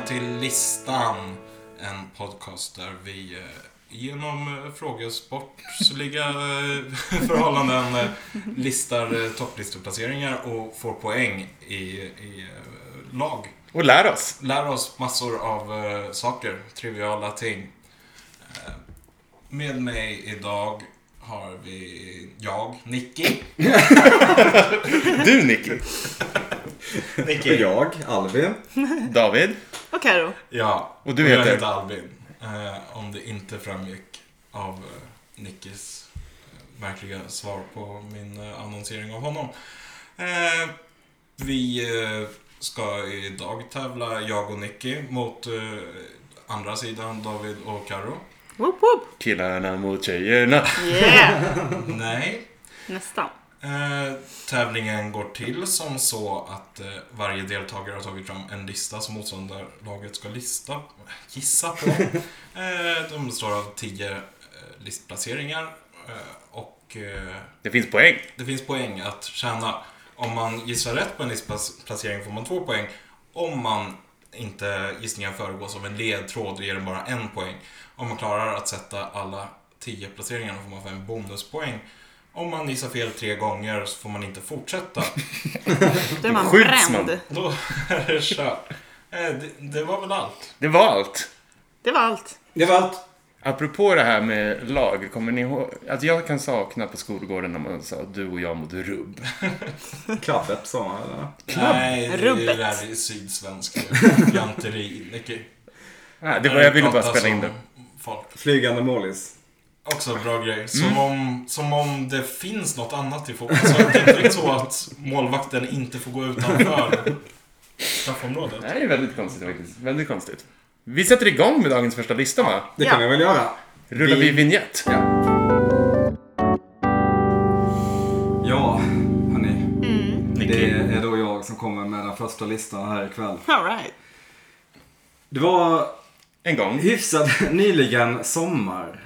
till Listan, en podcast där vi genom frågesportsliga förhållanden listar topplisteplaceringar och får poäng i lag. Och lär oss massor av saker, triviala ting. Med mig idag har vi Nicky. Du, Nicky. Nicky. Jag, Albin. David. Och Karo. Ja, och du heter? Jag heter Albin. Om det inte framgick av Nickys verkliga svar på min annonsering av honom. Vi ska idag tävla, jag och Nicky, mot andra sidan, David och Karo. Woop woop. Killarna mot tjejerna. Yeah. Nej. Nästan. Tävlingen går till som så att varje deltagare har tagit fram en lista som motståndarlaget ska gissa på. De består av 10 listplaceringar och det finns poäng. Det finns poäng att tjäna. Om man gissar rätt på en listplacering får man 2 poäng. Om man inte gissningen föregås av en ledtråd ger den bara 1 poäng. Om man klarar att sätta alla 10 placeringarna får man få en bonuspoäng. Om man gissar fel 3 gånger så får man inte fortsätta. Då är man Skjuts man. bränd. Då är det kört. Det var väl allt. Det var allt. Det var allt. Det var allt. Apropå det här med lag, kommer ni ihåg? Alltså jag kan sakna på skolgården när man sa du och jag mot rubb. Klabbet sa man, eller? Nej, det Rubbet. är sydsvenska janteri. Det var jag ville bara spela in det. Folk. Flygande målis. Också bra grej. Som om det finns något annat i fotboll. Så det är inte så att målvakten inte får gå utanför straffområdet. Det här är väldigt konstigt faktiskt. Väldigt konstigt. Vi sätter igång med dagens första lista, va? Det kan vi väl göra. Rullar vi vignett? Ja, hörni. Nicky. Det är då jag som kommer med den första listan här ikväll. All right. Det var En gång. hyfsat nyligen sommar.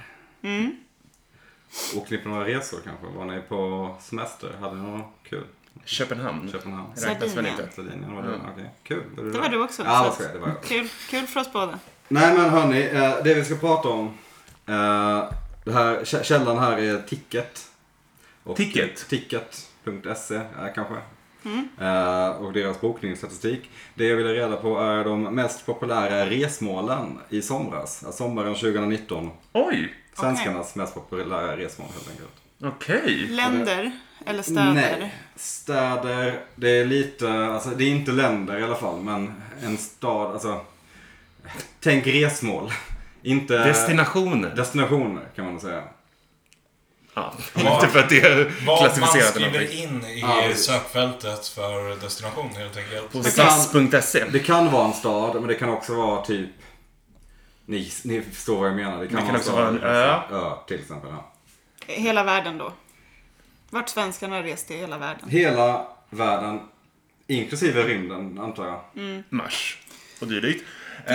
Åkte ni på några resor kanske? Var ni på semester? Hade ni något kul? Köpenhamn. Räknas väl inte? Sardinien var det? Okej. Kul. Det var du också. Ja, Så det var jag. Kul för oss båda. Nej men hörni, det vi ska prata om. Det här, källan här är Ticket. Och Ticket? Ticket.se kanske. Och deras bokningsstatistik. Det jag ville reda på är de mest populära resmålen i somras. Sommaren 2019. Oj! Svenskarnas mest populära resmål helt enkelt. Okej. Länder eller städer? Nej, städer. Det är lite, alltså det är inte länder i alla fall. Men en stad, alltså. Tänk resmål. Inte destinationer kan man säga. Ja, inte för att det är klassificerat. Vad man skriver in i sökfältet för destination helt enkelt. På SAS.se. Det kan vara en stad, men det kan också vara typ. Ni förstår vad jag menar. Det kan också vara en ö. Till exempel. Ja. Hela världen då? Vart svenskarna rest i hela världen? Hela världen, inklusive rymden antar jag. Mars och dylikt.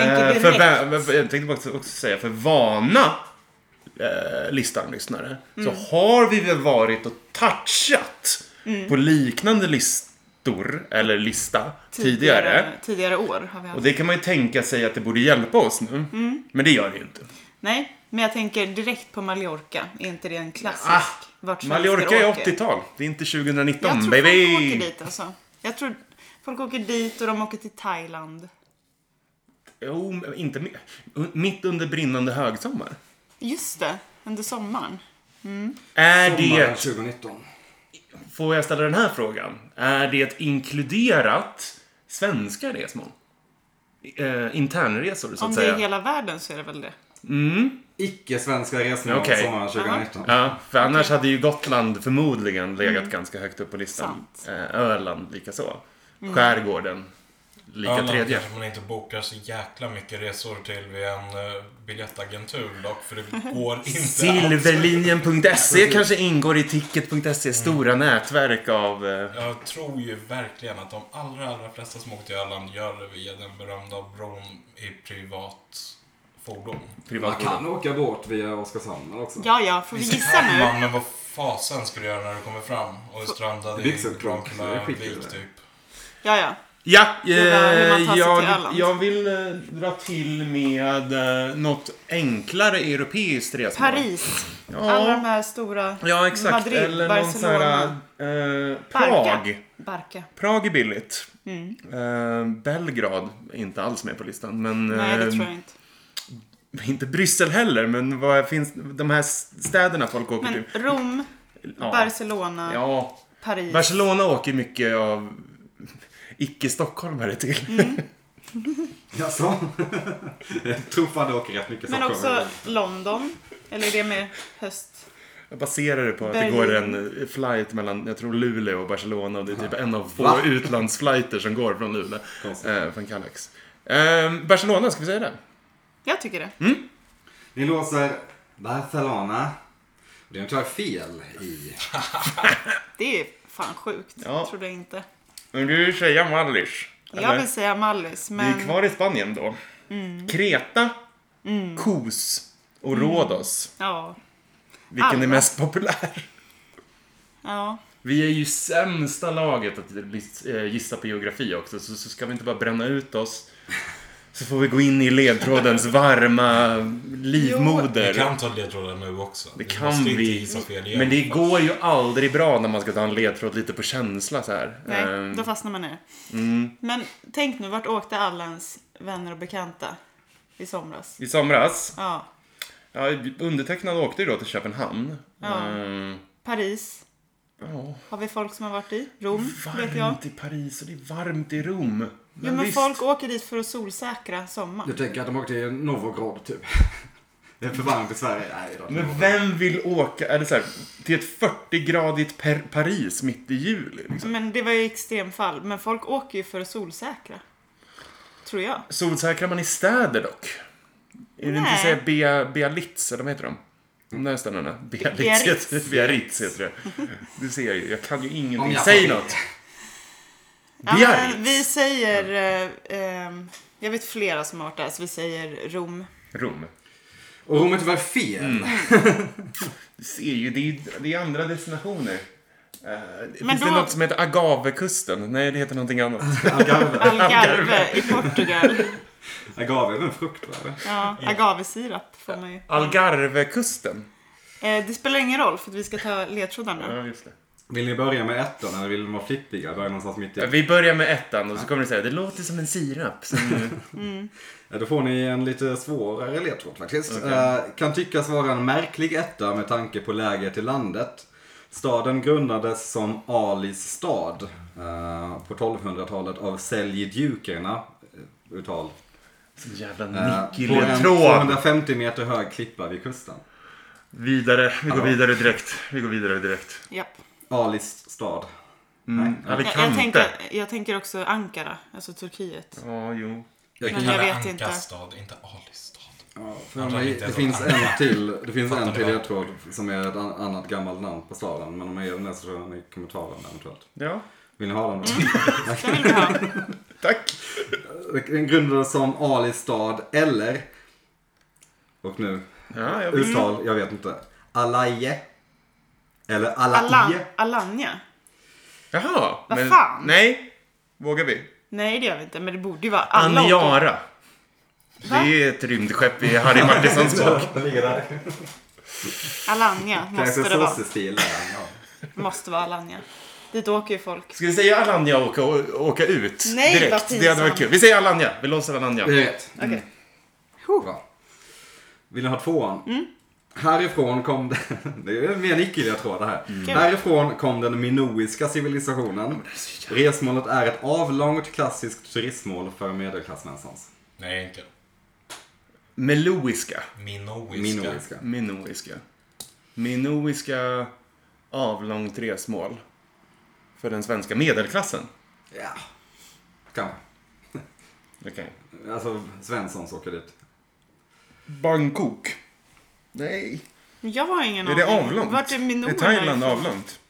Jag tänkte också säga, för vana lyssnare så har vi väl varit och touchat på liknande listor eller lista tidigare år har vi haft. och det kan man ju tänka sig att det borde hjälpa oss nu, men det gör det ju inte. Nej, men jag tänker direkt på Mallorca. Är inte det en klassisk vart Mallorca är åker? 80-tal, det är inte 2019, Jag tror baby. folk åker dit alltså. Jag tror folk åker dit och de åker till Thailand. Jo, inte mitt under brinnande högsommar. Just det, under sommaren. Är Sommaren det, 2019. får jag ställa den här frågan, är det inkluderat svenska resmål? Internresor så Om att det säga. är hela världen så är det väl det. Icke-svenska resmål Okej. sommaren 2019. Ja, för annars hade ju Gotland förmodligen legat ganska högt upp på listan. Öland lika så. Skärgården lika tredje. Kanske man inte bokar så jäkla mycket resor till vid en biljettagentur dock, för det går inte. Silverlinjen.se kanske ingår i Ticket.se stora nätverk av... Jag tror ju verkligen att de allra flesta som åker till Öland gör det via den berömda bron i privat fordon. Man kan åka båt via Oskarshamn också. Ja, får vi gissa nu? Men vad fasen ska du göra när du kommer fram och är strandad i Drankula vik typ? Ja. Ja, hur man tar sig till Öland. jag vill dra till med något enklare europeiskt resmål. Paris. Ja. Alla de här stora. Ja, exakt. Madrid, eller någon sån Barcelona. här Prag. Barca. Prag är billigt. Belgrad är inte alls med på listan. Men, Nej, det tror jag inte. Inte Bryssel heller, men vad finns de här städerna folk åker till? Men Rom, Barcelona, Ja. Paris. Barcelona åker mycket av icke-stockholmare till. Jaså? Jag tror fan det åker rätt mycket Men Stockholm. också London. Eller är det mer höst? Jag baserar det på att Berlin. det går en flight mellan, jag tror, Luleå och Barcelona. Och det är typ en av få Va? utlandsflighter som går från Luleå. Konstigt. Från Kallax. Barcelona, ska vi säga det? Jag tycker det. Ni låser Barcelona. Det är tyvärr fel i... Det är fan sjukt. Ja. Trodde jag inte. Men du vill säga Mallis? Jag vill säga Mallis, men... Vi är kvar i Spanien då. Kreta, Kos och Rhodos. Ja. Vilken Alla. är mest populär? Ja. Vi är ju sämsta laget att gissa på geografi också. Så ska vi inte bara bränna ut oss. Så får vi gå in i ledtrådens varma livmoder. Vi kan ta ledtråden nu också. Det kan måste inte vi. gissa fel igen. Men det går ju aldrig bra när man ska ta en ledtråd lite på känsla så här. Nej, då fastnar man ner. Men tänk nu, vart åkte alla ens vänner och bekanta i somras? I somras, Ja. ja, undertecknad åkte ju då till Köpenhamn. Ja. Paris. Ja, Har vi folk som har varit i? Rom, vet jag. varmt i Paris och det är varmt i Rom. Jo, men visst. folk åker dit för att solsäkra sommaren. Du tänker att de åkte till Novgorod typ. Det är för varmt i Sverige. Nej, då. Men vem vill åka, är det så här, till ett 40-gradigt Paris mitt i juli? Liksom? Men det var ju extremfall. Men folk åker ju för att solsäkra. Tror jag. Solsäkrar man i städer dock? Är det inte så här Biarritz, eller vad heter de? De där ställena. Biarritz heter det. Du ser ju, jag kan ju ingenting. Säg något. Ja, Biarritz. men vi säger... jag vet flera som har varit där, så vi säger Rom. Rom. Och Rom är tyvärr fel. Du ser ju, det är andra destinationer. Finns då- det något som heter Agavekusten? Nej, det heter någonting annat. Algarve i Portugal. Agave är väl en frukt, va? Ja, agavesirap får man ju. Algarvekusten. Det spelar ingen roll för att vi ska ta ledtrådar nu. Ja, just det. Vill ni börja med ettan eller vill ni vara flippiga? Börja någonstans mitt i. Vi börjar med ettan och så kommer ni säga det låter som en sirap. Ja, då får ni en lite svårare ledtråd faktiskt. Okej. Kan tyckas vara en märklig etta med tanke på läget i landet. Staden grundades som Alis stad på 1200-talet av Seljidjukerna. Uttal. Så jävla På en nickel-ledtråd. 250 meter hög klippa vid kusten. Vidare, vi går vidare direkt. Japp. Alis stad. Nej. Jag tänker också Ankara, alltså Turkiet. Ja, jo. Jag kan Men jag göra... vet inte. Ankastad, inte Alistad. Ja, Jag för drar inte det ens finns åt en Ankara. till. Det finns Fattar en ni till vad? ledtråd som är ett annat gammalt namn på staden. Men om jag ger den där så tror jag ni kommer ta den eventuellt. Ja, Vill ni ha den? Den vill vi ha. tack. Den grundades som Alis stad eller, och nu Ja, jag vill. uttal, jag vet inte, Alaje eller Alaje. Alanya? Jaha. Vad fan? Nej, vågar vi? Nej, det gör vi inte. Men det borde ju vara alla åker. Aniara. Det är ett rymdskepp i Harry Martinsons bok. Alanya måste det vara. Stil. Måste vara Alanya. Dit åker ju folk. Ska vi säga Alanya och åka ut Nej, vad direkt? pinsamt. Det hade varit kul. Vi säger Alanya. Vi låser Alanya. Det är rätt. Okej. Bra. Vill ni ha tvåan? Härifrån kom det är mer nickel-ledtråd det här. Härifrån kom den minoiska civilisationen. Resmålet är ett avlångt klassiskt turistmål för medelklassmänsans. Nej, inte. Meloiska. Minoiska. Minoiska avlångt resmål. För den svenska medelklassen. Ja. Kanske. Okej. Alltså Svenssons åker dit. Bangkok. Nej. Jag har ingen Är aning. det avlångt? Vart är Minoa Är Thailand ifrån? avlångt?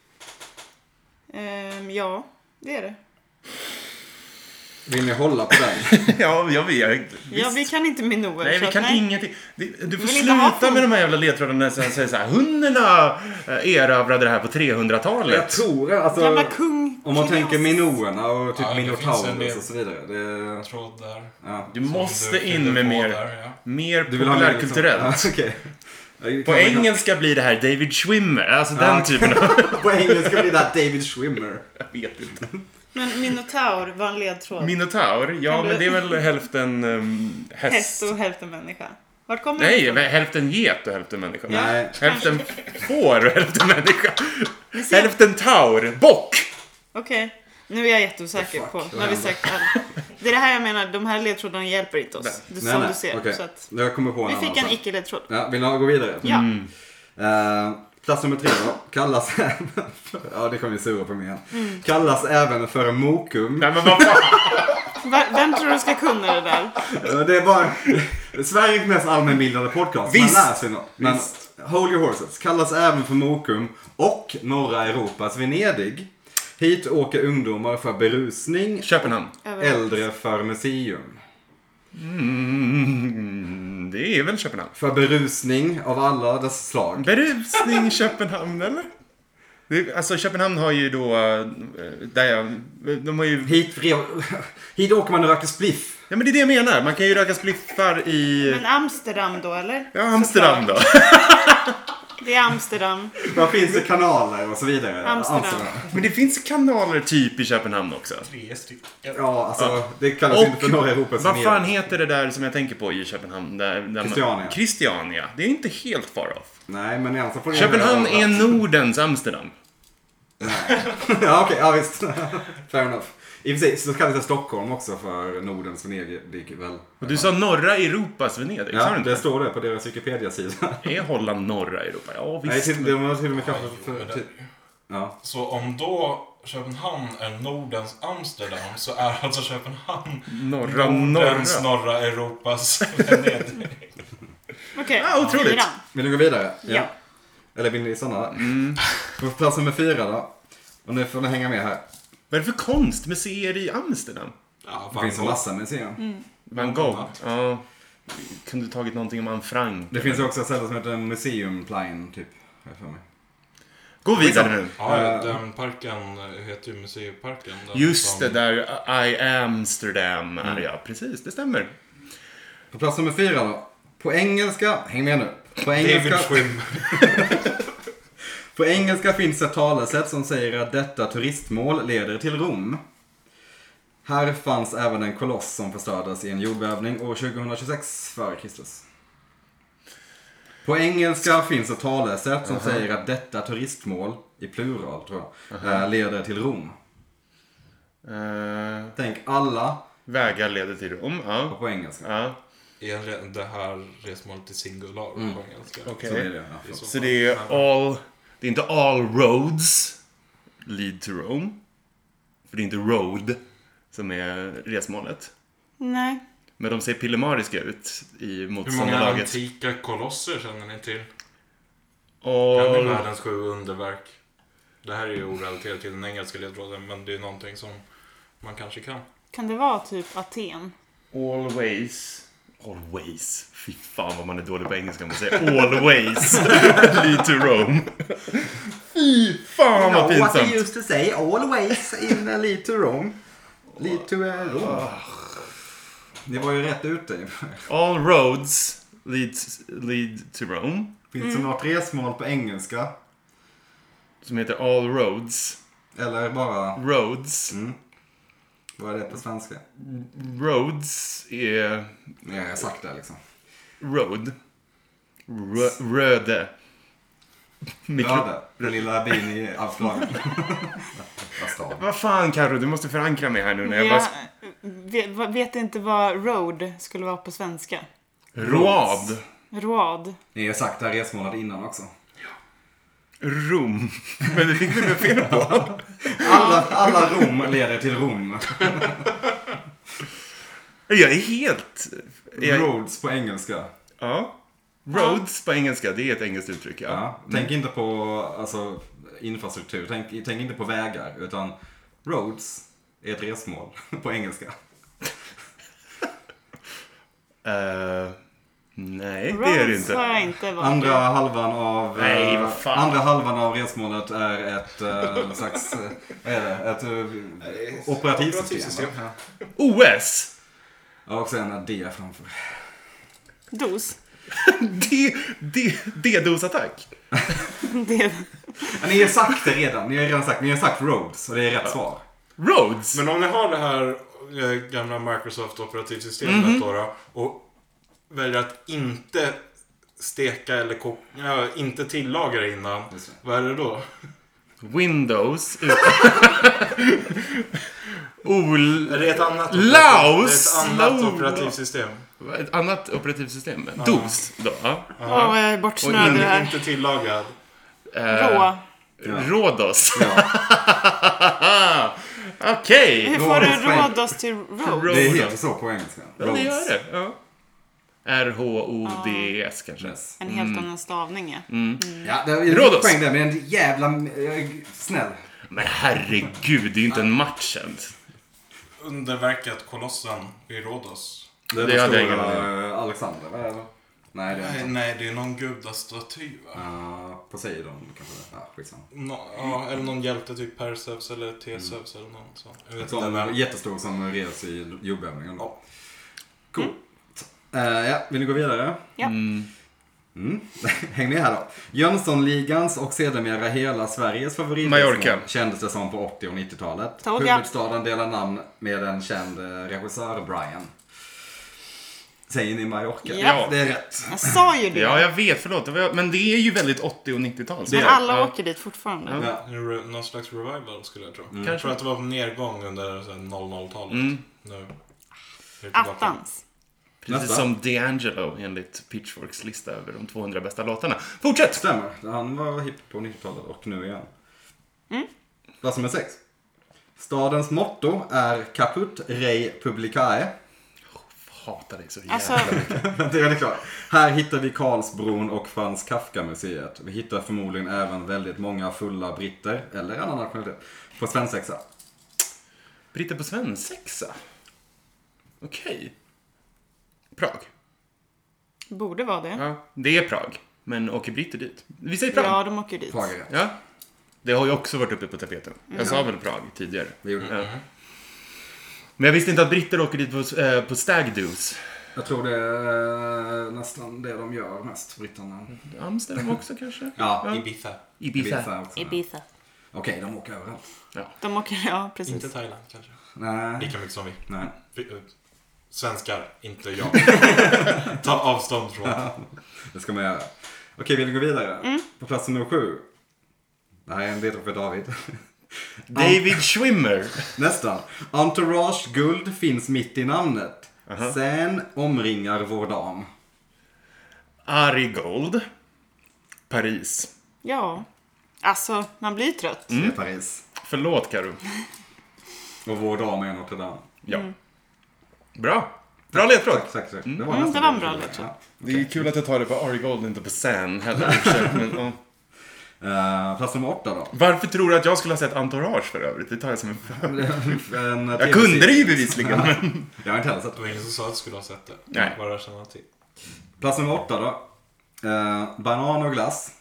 Ja, det är det. Vill ni hålla på den? Ja, jag vet. Ja, vi kan inte Minoa. Nej, så vi att kan nej. ingenting. Du får vill inte ha sluta med de här jävla ledtrådarna när jag säger så här. Hundarna erövrade det här på 300-talet. Jag tror alltså... Gamla kung Om man tänker minoerna och typ Ja, Minotaurus och så vidare. Jag tror där. Ja. Du måste in med mer Du vill ha populärkulturellt. Liksom, okay. På engelska blir det här David Schwimmer. Alltså den typen av... På engelska blir det här David Schwimmer. Jag vet inte. Men Minotaur var en ledtråd. Minotaur? Ja, men det är väl hälften häst. Häst och hälften människa. Vart kommer Nej, det men hälften get och hälften människa. Nej. Hälften får och hälften människa. Hälften taur. Bock! Okej. Nu är jag jätteosäker på när vi sagt allt. Det är det här jag menar, de här ledtrådarna hjälper inte oss. Det är som du ser. Okay. Så att jag kommer på vi fick en icke-ledtråd. Ja, vill ni gå vidare? Ja. Plats nummer 3 då. Kallas även för, ja, det kommer vi sura på mig igen. Kallas även för mokum. Nej, men vad fan? Vem tror du ska kunna det där? Det är bara Sveriges mest allmänbildade podcast. Visst. Man lär sig något. Men Hold Your Horses kallas även för mokum och norra Europas Venedig. Hit åker ungdomar för berusning. Köpenhamn. Äldre för museum. Det är väl Köpenhamn. För berusning av alla dess slag. Berusning Köpenhamn, eller? Alltså Köpenhamn har ju då... de har ju... Hit åker man och röker spliff. Ja, men det är det jag menar. Man kan ju röka spliffar i... Men Amsterdam då, eller? Ja, Amsterdam då. Det är Amsterdam. Där finns det kanaler och så vidare. Amsterdam. Men det finns kanaler typ i Köpenhamn också. 3 stycken. Ja, alltså det kallas inte för norra Europas vad fan heter det där som jag tänker på i Köpenhamn? Där Christiania. Christiania. Det är inte helt far off. Nej, men i alla fall Köpenhamn är Nordens Amsterdam. Ja, okej, ja visst. Fair enough. I och för sig så kallas det Stockholm också för Nordens Venedig väl. Och du sa norra Europas Venedig, sa du Ja, inte? det står det på deras Wikipedia-sida. Är Holland norra Europa? Ja, Nej, visst. det var till och med kanske för typ. Ja. Så om då Köpenhamn är Nordens Amsterdam så är alltså Köpenhamn Nordens norra Europas Venedig. Okej. Ja, otroligt. 4. Vill du gå vidare? Ja. Eller vill ni stanna? På plats nummer 4 då. Och nu får ni hänga med här. Vad är det för konstmuseer i Amsterdam? Ja, Det finns en massa museer. Van Gogh? Ja. Kunde du tagit någonting om Anne Frank? Det finns också ett ställe som heter Museumplein, typ. Här för mig. Gå vidare nu. Ja, den parken heter ju Museiparken. Just det, där I Amsterdam är ja. Precis, det stämmer. På plats nummer 4 då. På engelska, häng med nu. På engelska finns ett talesätt som säger att detta turistmål leder till Rom. Här fanns även en koloss som förstördes i en jordbävning år 2026 f.Kr. På engelska finns ett talesätt som säger att detta turistmål, i plural tror jag, leder till Rom. Tänk alla Vägar leder till Rom, ja. på engelska. Ja. Är det här resmålet till singular på engelska? Okej. Så är det, ja. Så det är inte all roads lead to Rome. För det är inte road som är resmålet. Nej. Men de ser pillemariska ut i Hur många motståndarlaget. antika kolosser känner ni till? Och Kan det världens 7 underverk? Det här är ju orelaterat till den engelska ledtråden, men det är någonting som man kanske kan. Kan det vara typ Aten? always. Fy fan vad man är dålig på engelska om man säger always lead to Rome. Fy fan vad pinsamt. What I used to say, always in lead to Rome. Lead to Rome. Det var ju rätt ute. All roads lead to Rome. Finns det något resmål på engelska? Som heter all roads. Eller bara... Roads. Vad är det på svenska? Roads är... Ja, jag har sagt det liksom. Road. Röde. Röde. Den lilla bin i Australien. Vad fan Karo, du måste förankra mig här nu när jag bara... Vet inte vad road skulle vara på svenska. Road. Ni har sagt det här resmålet innan också. Rom. Men det fick vi väl fel på. Alla Rom leder till Rom. Jag är helt... Roads på engelska. Ja. Roads på engelska, det är ett engelskt uttryck. Ja. Tänk inte på alltså, infrastruktur. Tänk inte på vägar. Utan roads är ett resmål på engelska. Nej, det är det inte. Har jag inte varit. Andra halvan av resmålet är ett slags, vad är det? Ett operativsystem. OS! Ja, och sen är D framför. Dos. D-dos-attack. Det. Ni har sagt det redan. Ni har sagt Rhodes och det är rätt svar. Rhodes? Men om ni har det här gamla Microsoft-operativsystemet då, och väljer att inte steka eller inte tillaga det innan, vad är det då? Windows. Är det ett annat Laos! Ett annat operativsystem. Ett annat operativsystem? DOS då? Ja. Jag är bortsnöad det här. Inte tillagad. Rhodos. Okej. Hur får du Rhodos till Rhodes? Det är helt så på engelska. Ja, det gör det. Ja. R-H-O-D-S kanske. Yes. En helt annan stavning, ja. Ja, det är Rhodos. poäng där, men jävla snäll. Men herregud, det är ju inte en match ens. Underverket Kolossen i Rhodos. Det hade jag ingen Alexander, vad är det? Nej, det är Nej, det är någon gudastaty, va? Poseidon kanske. Ja, skitsamma. Eller någon hjälte, typ Perseus eller Theseus eller någon sån. Jag vet inte Som vem. jättestor som res i jordbävningen. Ja. Cool. Ja, vill ni gå vidare? Ja. Häng med här då. Jönssonligans och sedermera hela Sveriges Mallorca. kändes det som på 80- och 90-talet. Toga. Huvudstaden delar namn med en känd regissör, Brian. Säger ni Mallorca? Ja. Det är rätt. Jag sa ju det. Ja, jag vet, förlåt. Men det är ju väldigt 80- och 90-tal. Men alla åker dit fortfarande. Ja. Någon slags revival skulle jag tro. Kanske. Jag tror att det var på nedgång under 00-talet. Nu är det tillbaka. Attans. Precis Nästa. som D'Angelo enligt Pitchforks lista över de 200 bästa låtarna. Fortsätt! Stämmer. Han var hipp på 90-talet och nu igen. Plats nummer 6. Stadens motto är Caput Rei Publicae. Hatar dig så jävla Alltså, Det är klart. Här hittar vi Karlsbron och Frans Kafka-museet. Vi hittar förmodligen även väldigt många fulla britter, eller annan nationalitet, på svensexa. Britter på svensexa? Okej. Prag. borde vara det. Ja, det är Prag. Men åker britter dit? Vi säger Prag. Ja, de åker dit. Prag är rätt. Ja. Det har ju också varit uppe på tapeten. Jag sa väl Prag tidigare. Det gjorde det. Ja. Men jag visste inte att britter åker dit på stag do's. Jag tror det är nästan det de gör mest, britterna. Amsterdam också kanske? Ja, Ibiza. Ibiza. också. Ibiza. Okej, de åker överallt. De åker, ja precis. Inte Thailand kanske. Nej. Lika mycket som vi. Nej. Svenskar, inte jag. Ta avstånd från. Det ska man göra. Okej, vill vi gå vidare? På plats nummer 7. Det här är en ledtråd för David. David Schwimmer. Nästan. Entourage guld finns mitt i namnet. Sen omringar vår dam. Ari Gold. Paris. Ja. Alltså, man blir trött. Det är Paris. Förlåt, Karo. Och vår dam är Notre Dame. Ja. Bra. Bra ledtråd. Tack. Det det nästan var en bra ledtråd. Ja. Det är kul att jag tar det på Ari Gold, inte på San heller. Men, Plats nummer 8 då. varför tror du att jag skulle ha sett Entourage för övrigt? Det tar jag som en... Jag Jag kunde det ju bevisligen. Men... Jag har inte heller sett Det var ingen som sa att du skulle ha sett det. Nej. Bara känna till. Plats nummer 8 då. Banan och glass.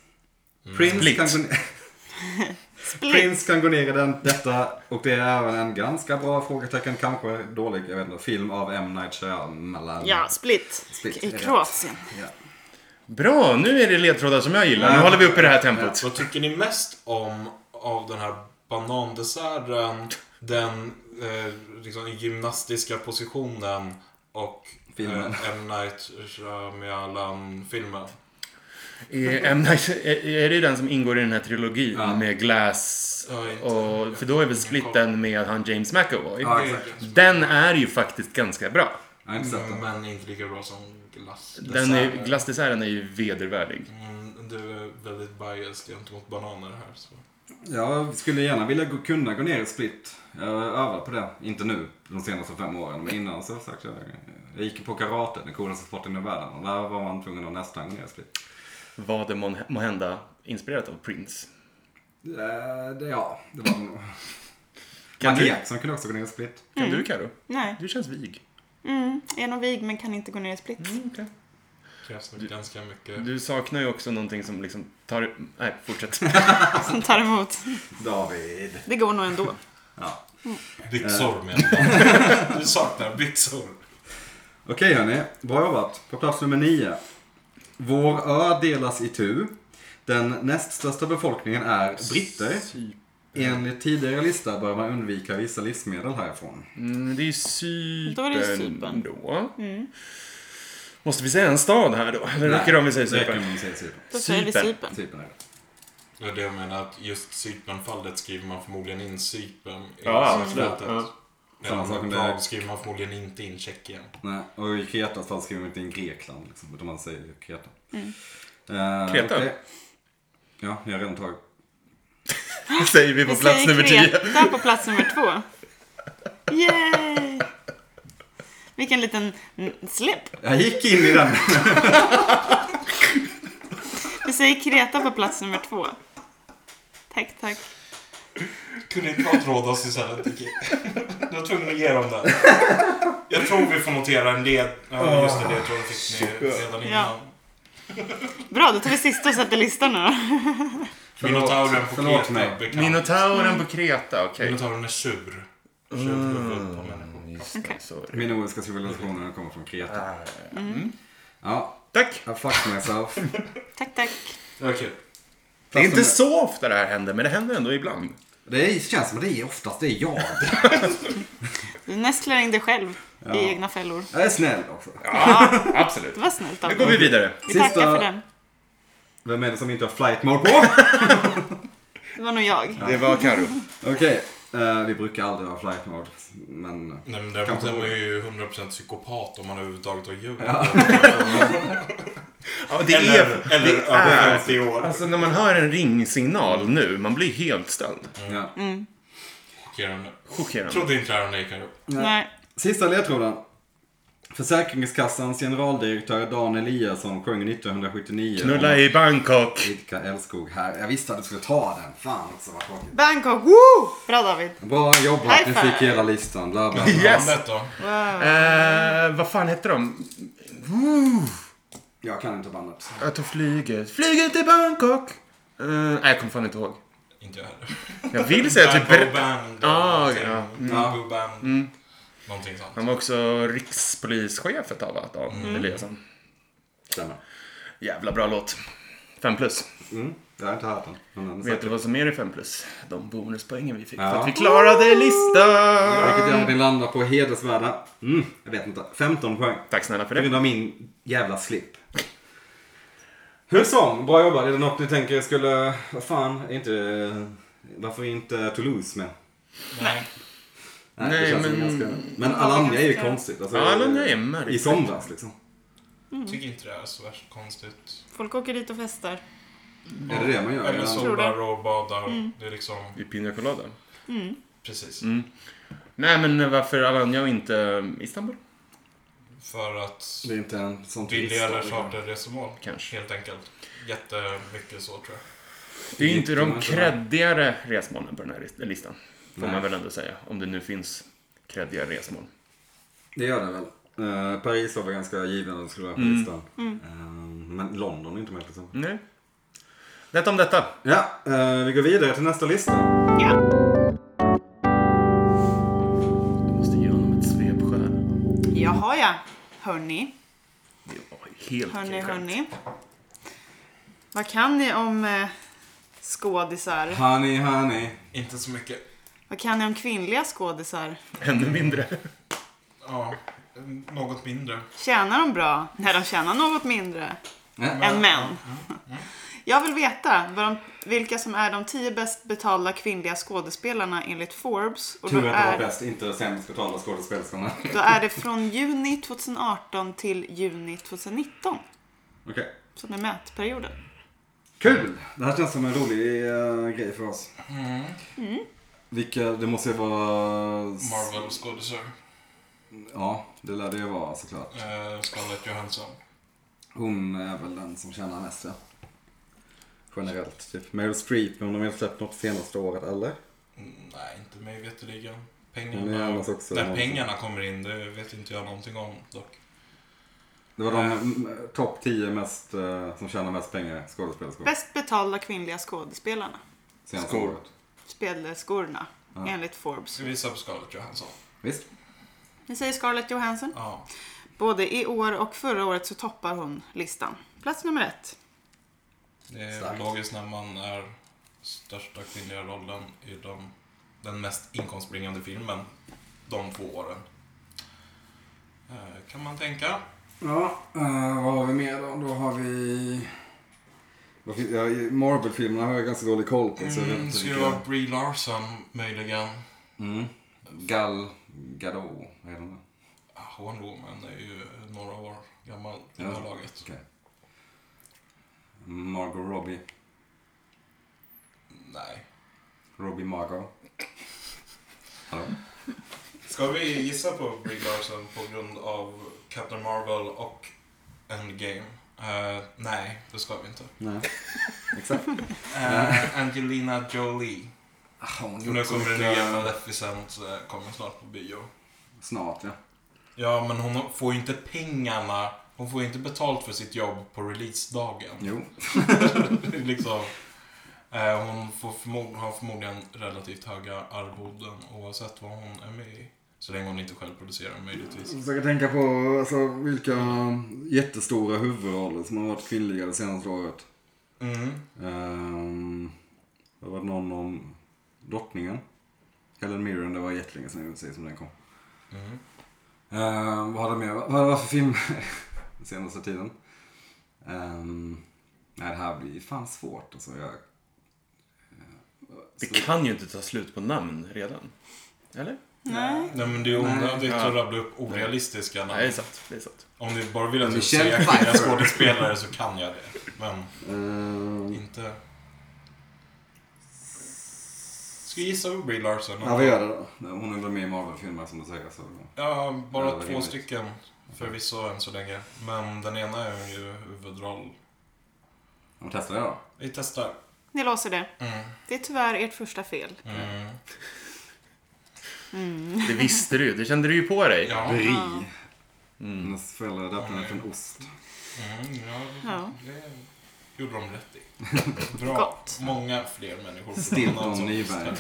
Prince kan gå ner i detta, och det är även en ganska bra frågetecken, kanske dålig, jag vet inte, film av M. Night Shyamalan. Ja, Split. Split, I ja. Kroatien. Ja. Bra, nu är det ledtrådar som jag gillar. Nu håller vi upp i det här tempot. Vad tycker ni mest om av den här banandesserten, den liksom gymnastiska positionen och Filmen. M. Night Shyamalan-filmen? Är det den som ingår i den här trilogin Ja. med Glass? Ja, inte. Och, för då är väl splitten med han James McAvoy. Ja, exakt. Den är ju faktiskt ganska bra. Jag har inte sett den. Men inte lika bra som glass. Glassdesserten är ju vedervärdig. Du är väldigt biased gentemot bananer här. Så. Jag skulle gärna vilja kunna gå ner i Split. Jag övar på det. Inte nu, de senaste 5 åren. Men innan så sagt jag gick på karate, den coolaste sporten i världen. Och där var man tvungen att nästan gå ner i Split. Var det måhända inspirerat av Prince? Det var det nog. Kan Michael du? Jackson kunde också gå ner i Split. Kan du, Karo? Nej. Du känns vig. Är nog vig men kan inte gå ner i Split. Okay. krävs nog ganska mycket. Du saknar ju också någonting som liksom tar... Nej, fortsätt. Som tar emot. David. Det går nog ändå. Ja. Byxor menar du saknar byxor. Okej hörni, bra jobbat. På plats nummer 9. Vår ö delas i tu. Den näst största befolkningen är britter. Enligt tidigare lista bör man undvika vissa livsmedel härifrån. Det är ju Cypern. Då är det Cypern. Då. Måste vi säga en stad här då? Eller räcker det om vi säger Cypern? Då säger vi Cypern. Cypern är det. Ja, det jag menar att just Cypernfallet skriver man förmodligen in Cypern. Ja, absolut. Ja. Samma sak med Prag skriver man förmodligen inte in Tjeckien. Nej, och i Kretas fall skriver man inte in Grekland. Liksom, utan man säger Kreta. Kreta? Okay. Ja, jag har redan tagit. Det säger vi på plats nummer 10. Kreta på plats nummer 2. Yay! Vilken liten slip. Jag gick in i den. Vi säger Kreta på plats nummer 2. Tack. Kunde inte vara tråd oss istället. Du var tvungen att ge dem det. Jag tror vi får notera en led. Ja, just det. Jag tror vi fick ni redan innan. Ja. Bra, då tar vi sista och sätter listan nu. Minotauren på Kreta. Minotauren på Kreta, okej. Minotauren är sur. Huvud på människor. Minoiska civilisationen kommer från Kreta. Ja. Tack. I fucked myself. Tack. Okej. Det är inte så ofta det här händer, men det händer ändå ibland. Det känns som att det är oftast det är jag. Du nästlar in dig själv i egna fällor. Jag är snäll också. Ja, absolut. Det var snällt av Nu går vi vidare. Vi tackar för den. Vem är det som inte har flight mode på? Det var nog jag. Det var Karo. Okej. Vi brukar aldrig ha flight mode. Men... Nej, men däremot är man ju 100% psykopat om man överhuvudtaget har djur. Ja. Ja, det Eller är 50 år. Alltså när man hör en ringsignal nu, man blir helt ställd. Ja. Chockerande. Trodde inte det här om dig, Karo. Nej. Sista ledtråden. Försäkringskassans generaldirektör Dan Eliasson sjöng 1979. Knulla i Bangkok. Idka älskog här. Jag visste att du skulle ta den. Fan också vad tråkigt. Bangkok, woo! Bra David. Bra jobbat, ni fick hela listan. Bla, bla, bla. Yes. Bandet då? Wow. Vad fan heter de? Jag kan inte bandet. Jag tog flyget. Flyget till Bangkok. Nej, jag kommer fan inte ihåg. Inte jag heller. Jag vill säga typ... Band. Ja. Band. Någonting sånt. Han var också rikspolischef ett tag, Dan Eliasson. Stämmer. Jävla bra låt. 5+. Jag har inte hört den. Vet du vad som är i 5+? De bonuspoängen vi fick. För att vi klarade listan. Vilket gör att ni landar på hedersvärda. Jag vet inte. 15 poäng. Tack snälla för På grund det. av min jävla slip. Hur som? Bra jobbat. Är det något ni tänker skulle... Vad fan? Varför är inte Toulouse med? Nej. Nej, Nej, det känns som men- ganska... Men Alanya är ju konstigt. Alltså, Alanya är märkligt. I somras liksom. Tycker inte det är så värst konstigt. Folk åker dit och festar. Är det det man gör? Eller Ja. solar och badar. Det är liksom... I Pina Colada. Precis. Nej, men varför Alanya och inte Istanbul? För att Det är inte en sån billigare turiststad. charterresemål. Kanske. Helt enkelt. Jättemycket så tror jag. Det är inte de Inte. kreddigare resmålen på den här listan. Får Nej. man väl ändå säga. Om det nu finns kreddiga resmål. Det gör det väl. Paris var väl ganska given att det skulle vara på listan. Men London är inte med till exempel. Nej. Detta om detta. Ja, vi går vidare till nästa lista. Ja. Du måste ge honom ett svepskär. Jaha ja. Hörni. Det var helt Hörni. Vad kan ni om skådisar? Honey. Inte så mycket. Vad kan ni om kvinnliga skådisar? Ännu mindre. Ja, något mindre. Tjänar de bra? Nej, de tjänar något mindre än män. Jag vill veta vilka som är de 10 bäst betalda kvinnliga skådespelarna enligt Forbes. Och Tur att det var bäst, inte sämst betalda skådespelerskorna. då är det från juni 2018 till juni 2019 Okej. som är mätperioden. Kul! Det här känns som en rolig grej för oss. Vilka, det måste ju vara... Marvel-skådisar. Ja, det lär det ju vara såklart. Scarlett Johansson. Hon är väl den som tjänar mest, ja. Generellt, typ. Meryl Streep, men hon har väl släppt något senaste året, eller? Nej, inte mig veterligen. Hon är annars också När någon pengarna kommer in, det vet inte jag någonting om dock. Det var de topp 10 mest som tjänar mest pengar skådespelarskor. Bäst betalda kvinnliga skådespelarna. Skor. Spelskorna, enligt Forbes. Vi visar på Scarlett Johansson. Visst. Ni säger Scarlett Johansson? Ja. Både i år och förra året så toppar hon listan. Plats nummer 1. Det är logiskt när man är största kvinnliga rollen i den mest inkomstbringande filmen de 2 åren. Kan man tänka. Ja, vad har vi mer då? Då har vi... Marvel-filmerna har jag ganska dålig koll på. Ska det vara Brie Larson möjligen? Gal Gadot, vad heter hon? Wonder Woman är ju några år gammal i det här laget. Okay. Margot Robbie. Nej. Robbie Margot. Hallå? Ska vi gissa på Brie Larson på grund av Captain Marvel och Endgame? Nej, det ska vi inte. Nej, exakt. Angelina Jolie. Nu kommer den nya Maleficent, kommer snart på bio. Snart, ja. Ja, men hon får ju inte pengarna. Hon får ju inte betalt för sitt jobb på releasedagen. Jo. Liksom, hon har förmodligen relativt höga arvoden oavsett vad hon är med i. Så länge hon inte själv producerar möjligtvis. Jag ska tänka på vilka jättestora huvudroller som har varit kvinnliga det senaste året. Det var någon om Drottningen. Helen Mirren, det var jättelänge sedan jag som den kom. Vad hade med? Vad var för film den senaste tiden? Nej, det här blir fan svårt. Alltså, det kan ju inte ta slut på namn redan. Eller? Nej. Nej, men det är onödigt att rabbla upp orealistiska namn. Nej, det är sant. Det är sant. Om du bara vill att du säger kvinnliga skådespelare så kan jag det. Men inte... Ska vi gissa på Brie Larson? Ja, vi gör det då. Hon är väl med i Marvel-filmer som du säger. Så... Ja, bara 2 stycken förvisso än så länge. Men den ena är ju huvudroll. Vi testar det då. Vi testar. Ni låser det. Det är tyvärr ert första fel. Det visste du. Det kände du ju på dig. Ja. Brie. Hennes föräldrar döpte henne från ost. Ja. Det gjorde de rätt i. Bra. Gott. Många fler människor. Stilton Nyberg.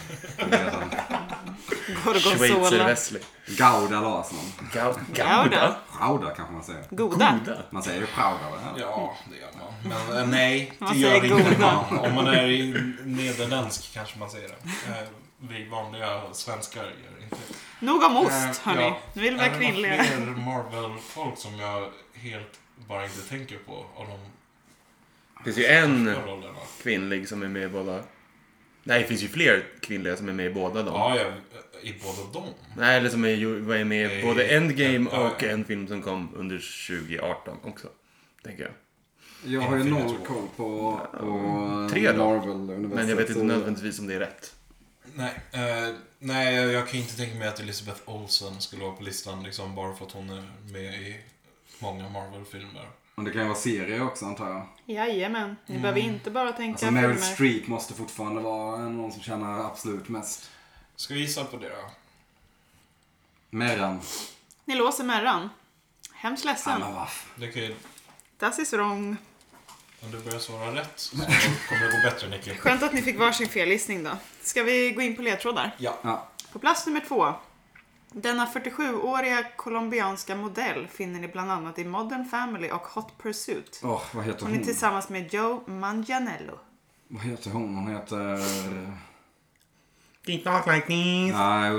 Schweizer Wesley. Gouda Larsson. Gouda? Gouda kanske man säger. Goda. Man säger ju Gouda, va? Ja, det gör man. Men nej, Man det gör säger inte goda. man. Om man är i nederländsk kanske man säger det. Vi vanliga svenskar gör inte. Nog om ost, hörni. Ja. Nu vill vi vara kvinnliga. Är det fler Marvel-folk som jag helt bara inte tänker på av de Det finns ju en rollerna? kvinnlig som är med i båda. Nej, det finns ju fler kvinnliga som är med i båda dem. Ja, i båda dem. Nej, eller som är med i både Endgame och en film som kom under 2018 också. Tänker jag. Jag har ju noll koll på 3 då. Marvel. Men jag vet inte nödvändigtvis om det är rätt. Nej, jag kan inte tänka mig att Elizabeth Olsen skulle vara på listan liksom, bara för att hon är med i många Marvel-filmer. Men det kan ju vara serier också, antar jag. Jajamän. Ni behöver inte bara tänka alltså, filmer. Meryl Streep måste fortfarande vara någon som tjänar absolut mest. Ska vi gissa på det då? Merran. Ni låser Merran. Hemskt ledsen. Det kan ju... Das is wrong. Om du börjar svara rätt så kommer det gå bättre, Nicky. Skönt att ni fick varsin fellistning då. Ska vi gå in på ledtrådar? Ja. På plats nummer 2. Denna 47-åriga colombianska modell finner ni bland annat i Modern Family och Hot Pursuit. Vad heter hon? Hon är tillsammans med Joe Manganiello. Vad heter hon? Hon heter... Keep talk like this. Nej.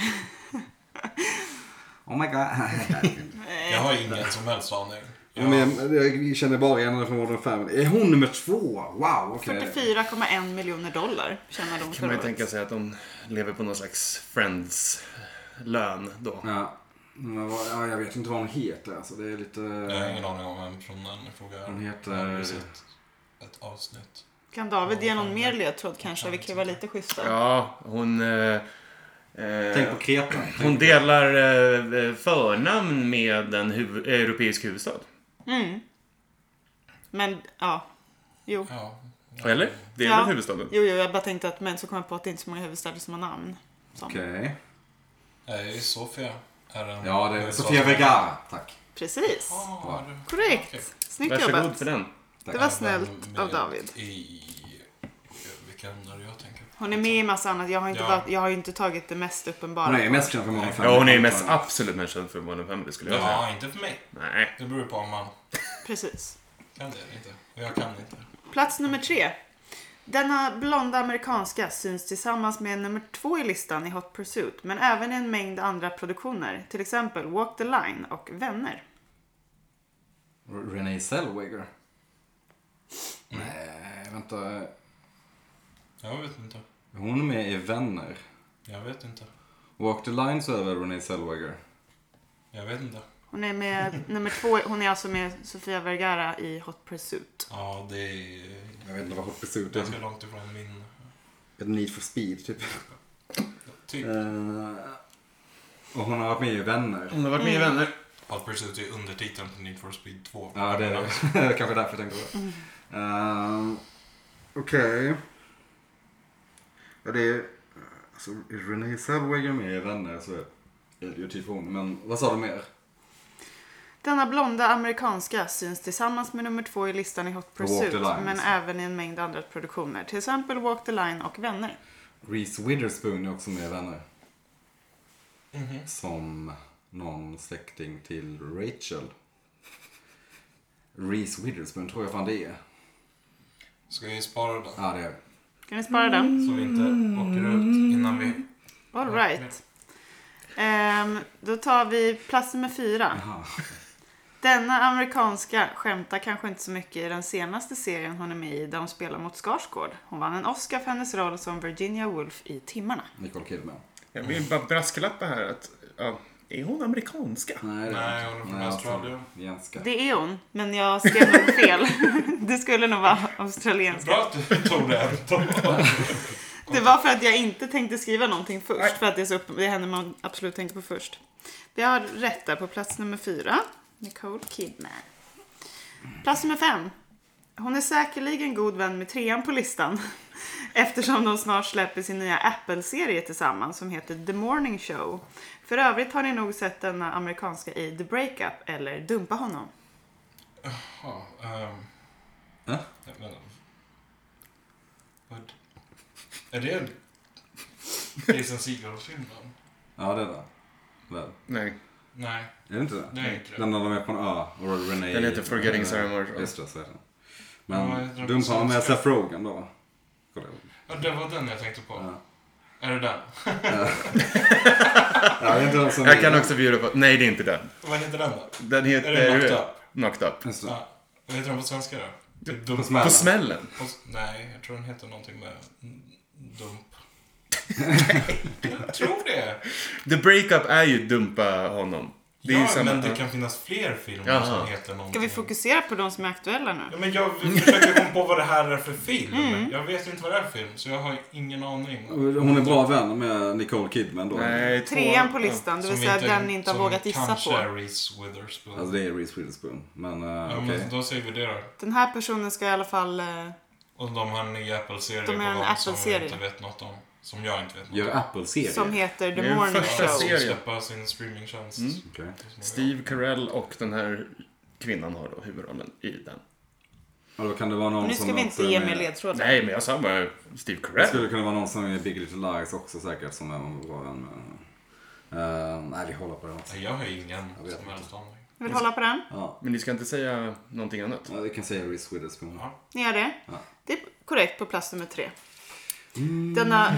Oh my god. Jag har ingen som helst aning. Jag känner bara igen henne från Modern Family. Är hon nummer 2? Wow, okej. 44,1 miljoner dollar tjänar de Kan förra man ju året. tänka sig att de lever på någon slags Friends-lön då. Ja. Jag vet inte vad hon heter. Alltså, det är lite... Jag har ingen aning om vem från den frågan. Hon heter... Jag har sett ett avsnitt. Kan David ge någon mer ledtråd kanske? Vi kan vara lite schyssta. Ja, hon... Tänk på Kreta. Hon delar förnamn med en europeisk huvudstad. Men, ja. Jo. Ja. Eller? Det är väl huvudstaden? Jo, jag bara tänkte att men så kom jag på att det inte är så många huvudstäder som har namn. Okej. Nej, Sofia är en... Ja, det är Sofia Vergara. Tack. Precis. Korrekt. Okay. Snyggt Varsågod jobbat. för den. Det var snällt av David. Vilka ämnen jag tänker på? Hon är med i massa annat. Jag har ju inte tagit det mest uppenbara. Hon är mest känd för Modern Family. Ja, hon är mest absolut mest känd för Modern Family skulle jag säga. Ja, inte för mig. Nej. Det beror på om man Precis. kan det eller inte. Jag kan inte. Plats nummer 3. Denna blonda amerikanska syns tillsammans med nummer 2 i listan i Hot Pursuit, men även i en mängd andra produktioner, till exempel Walk the Line och Vänner. Renée Zellweger. Nej, vänta. Jag vet inte. Hon är med i Vänner. Jag vet inte. Walk the Line så är det väl Renée Zellweger. Jag vet inte. Hon är med nummer 2. Hon är alltså med Sofia Vergara i Hot Pursuit. Ja, det är... Jag vet inte vad Hot Pursuit är. Ganska långt ifrån min... Ett Need for Speed, typ. Typ. Och hon har varit med i Vänner. Hon har varit med i Vänner. Hot Pursuit är undertiteln på Need for Speed 2. Ja, det är det. Kanske därför jag tänkte på det. Okej. Ja, det är... Alltså, Renée Zellweger med i Vänner så är det ju typ hon. Men vad sa du mer? Denna blonda amerikanska syns tillsammans med nummer 2 i listan i Hot Pursuit, men även i en mängd andra produktioner. Till exempel Walk the Line och Vänner. Reese Witherspoon är också med i Vänner. Mhm. Som någon släkting till Rachel. Reese Witherspoon tror jag fan det är. Ska vi spara den? Ja, det är det. Kan ni spara den? Så vi inte åker ut innan vi... All right. Då tar vi plats nummer 4. Jaha. Denna amerikanska skämtar kanske inte så mycket i den senaste serien hon är med i där hon spelar mot Skarsgård. Hon vann en Oscar för hennes roll som Virginia Woolf i Timmarna. Nicole Kidman. Jag vill bara brasklappa här att... Ja, är hon amerikanska? Nej, Nej, hon är från Australien. Jenska. Det är hon, men jag skrev nog fel. Det skulle nog vara australienska. Bra att du tog det. Det var för att jag inte tänkte skriva någonting först. För att det är henne man absolut tänkte på först. Vi har rätt där på plats nummer 4. Nicole Kidman. Plats nummer 5. Hon är säkerligen god vän med 3:an på listan. Eftersom de snart släpper sin nya Apple-serie tillsammans som heter The Morning Show. För övrigt har ni nog sett denna amerikanska i The Breakup eller Dumpa honom. Är det en Jason Segel-film? Ja, det är det. Väl. Nej. Nej. Är det inte det? Det är inte det. Den där de är på en ö. Och Renee... Den heter Forgetting Sarah Marshall. Just det, så är det. Ja, Men jag tror dumpa det är med så. Seth Rogen då. Kolla. Ja, det var den jag tänkte på. Ja. Är det den? Ja, det är inte den som... Jag kan också bjuda på... Nej, det är inte den. Vad heter den då? Den heter... Är det Knocked Up? Knocked Up. Just det. Ja. Vad heter den på svenska då? På smällen. På smällen. Nej, jag tror den heter någonting med dump. Jag tror det. The Breakup är ju Dumpa honom. Det är ju Ja, samma... men det kan finnas fler filmer Jaha. som heter någonting. Ska vi fokusera på de som är aktuella nu? Ja, men jag försöker komma på vad det här är för film. Jag vet inte vad det är för film, så jag har ingen aning. Hon är bra vän med Nicole Kidman då. Nej, 3:an på listan, det vill säga den ni inte har vågat gissa kanske på. är Reese Witherspoon. Alltså det är Reese Witherspoon. Men Ja, okej. men då säger vi det då. Den här personen ska i alla fall... Och de har en ny Apple-serie De är en på gång som vi Apple-serie. inte vet något om. Som jag inte vet något Gör om. Apple-serie? Som heter Det The är den Morning första Show. serien. Släppa sin streamingtjänst. Okej. Steve Carell och den här kvinnan har då huvudrollen i den. Ja, då kan det vara någon Nu som ska vi inte också är ge med- mer ledtrådar. Nej, men jag sa bara Steve Det Carell. skulle kunna vara någon som är Big Little Lies också säkert som är en bra vän med. Nej, vi håller på det. Nej, jag har ingen Jag vet som helst aning. Vill hålla på den? Ja. Men ni ska inte säga någonting annat? Ja, vi kan säga Reese Witherspoon. Ja. Ni gör det? Ja. Det är korrekt på plats nummer 3. Denna...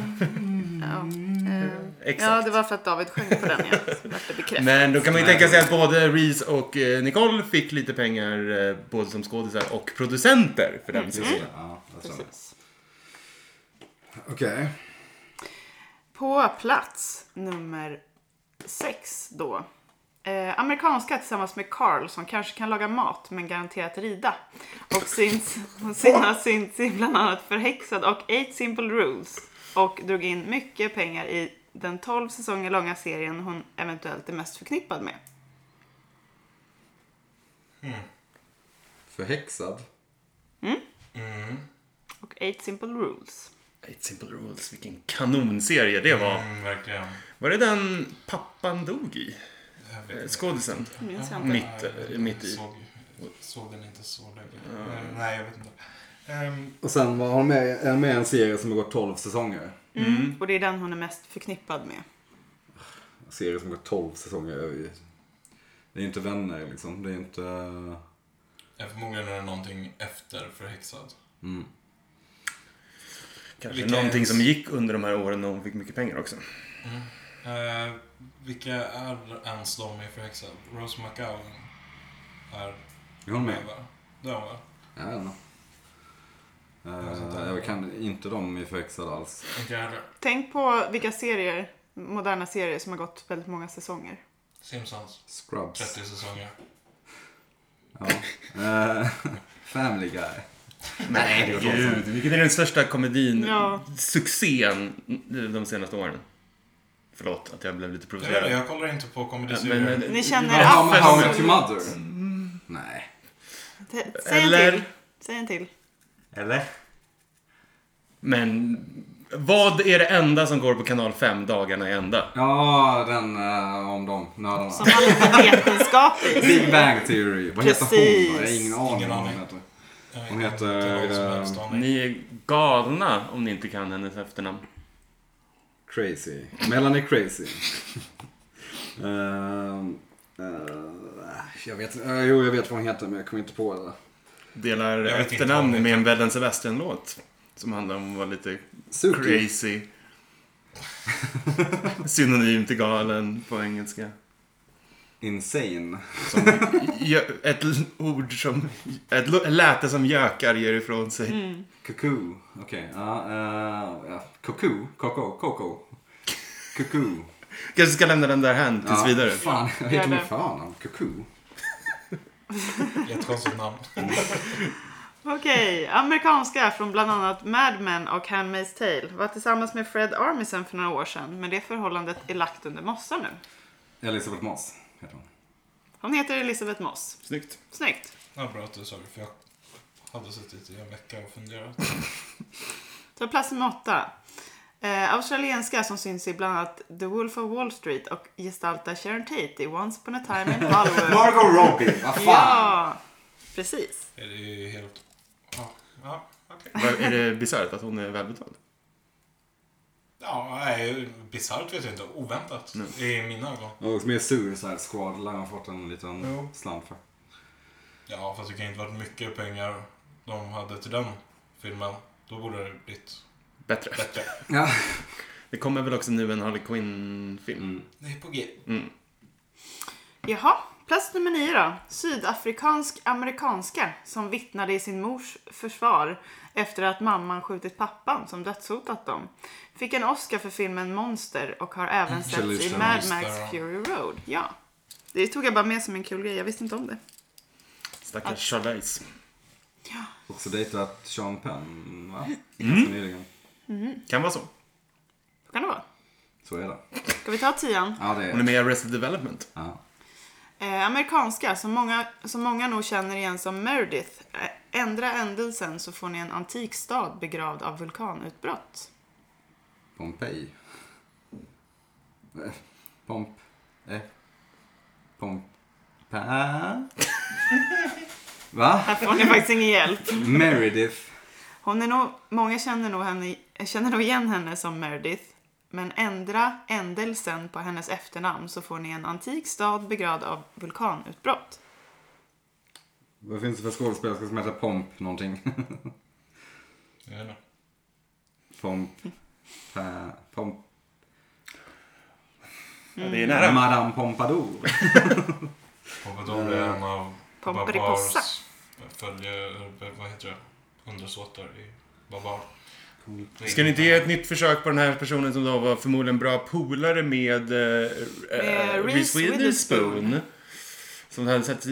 Ja, det var för att David sjöng på den. Ja. Så vart det bekräftat. Men då kan man ju tänka sig att både Reese och Nicole fick lite pengar både som skådisar och producenter för den serien. Ja, jag tror det. Precis. Okej. På plats nummer 6 då. Amerikanska tillsammans med Carl som kanske kan laga mat men garanterat rida. Och har synts i bland annat Förhäxad och 8 Simple Rules. Och drog in mycket pengar i den 12 säsonger långa serien hon eventuellt är mest förknippad med. Förhäxad. Och 8 Simple Rules. 8 Simple Rules, vilken kanonserie det var. Verkligen. Var det den pappan dog i? Skådisen. Mitt i. Såg den inte så länge. Nej, jag vet inte. Och sen var hon med en serie som har gått 12 säsonger. Och det är den hon är mest förknippad med. En serie som har gått 12 säsonger. Det är inte Vänner liksom. Det är inte... Förmodligen är det någonting efter Förhäxad. Kanske någonting som gick under de här åren när hon fick mycket pengar också. Vilka är ens de i Förhäxad? Rose McGowan är hon med? Det är hon va? Jag vet inte. Jag kan inte de i Förhäxad alls. Inte jag heller. Tänk på vilka moderna serier som har gått väldigt många säsonger. Simpsons. Scrubs. 30 säsonger. Ja. Family Guy. Nej, gud. Vilken är den största komedin? Succén de senaste åren? Förlåt att jag blev lite provocerad. Jag kollar inte på komediserier. Ni känner How I Met Your Mother? Nej. Säg en till. Eller? Men vad är det enda som går på kanal 5 dagarna i ända? Ja, den om dem. Nördarna. Som har lite vetenskap i. Big Bang Theory. Vad heter hon? Jag har ingen aning vad hon heter. Hon heter... Ni är galna om ni inte kan hennes efternamn. Crazy. Melanie Crazy. Jag vet vad hon heter, men jag kommer inte på det. Delar efternamn med en Bellen Sebastian-låt som handlar om att vara lite Suki. crazy. Synonym till galen på engelska. Insane. Som ett ord som ett läte som gökar ger ifrån sig. Cuckoo. Okej. Coco. Cuckoo. Kanske ska lämna den där här tills vidare. Fan, jag vet inte fan om Cuckoo. Jättekonstigt namn. Okej, amerikanska från bland annat Mad Men och Handmaid's Tale var tillsammans med Fred Armisen för några år sedan, men det förhållandet är lagt under mossa nu. Elisabeth Moss heter hon. Hon heter Elisabeth Moss. Snyggt. Ja, bra att du sa det, för jag hade suttit i en vecka och funderat. Så plats nummer 8. Australienska som syns i bland annat The Wolf of Wall Street och gestaltar Sharon Tate i Once Upon a Time in Hollywood. Margot Robbie, vad fan? Ja, precis. Är det helt... Ja, okej. Är det bisarrt att hon är välbetald? Ja, nej, bisarrt vet jag inte. Oväntat i mina ögon. Och med Suicide Squad lär han fått en liten slant för. Ja, fast det kan inte varit mycket pengar de hade till den filmen. Då borde det blivit Bättre. Ja. Det kommer väl också nu en Harley Quinn-film. Det är på G. Jaha, plats nummer 9 då. Sydafrikansk-amerikanska som vittnade i sin mors försvar efter att mamman skjutit pappan som dödshotat dem. Fick en Oscar för filmen Monster och har även setts i Mad Max Fury Road. Ja, det tog jag bara med som en kul grej. Jag visste inte om det. Stackars Charlize. Ja. Också dejtat Sean Penn, va? Kan vara så. Kan det vara? Så är det. Ska vi ta 10? Ja, det är. Hon är med i Arrested Development. Ja. Amerikanska, som många nog känner igen som Meredith. Ändra ändelsen så får ni en antik stad begravd av vulkanutbrott. Pompeji. Va? Här får ni faktiskt ingen hjälp. Meredith. Många känner nog igen henne som Meredith. Men ändra ändelsen på hennes efternamn så får ni en antik stad begravd av vulkanutbrott. Vad finns det för skådespelare som heter Pomp någonting? Jag vet inte. Pomp. Ja, det är nära. Madame Pompadour. Pompadour är en av Pomperipossa. Vad heter det? Undersåtar i Babar. Ska ni inte ge ett nytt försök på den här personen som då var förmodligen bra polare med Reese Witherspoon? Som hade sett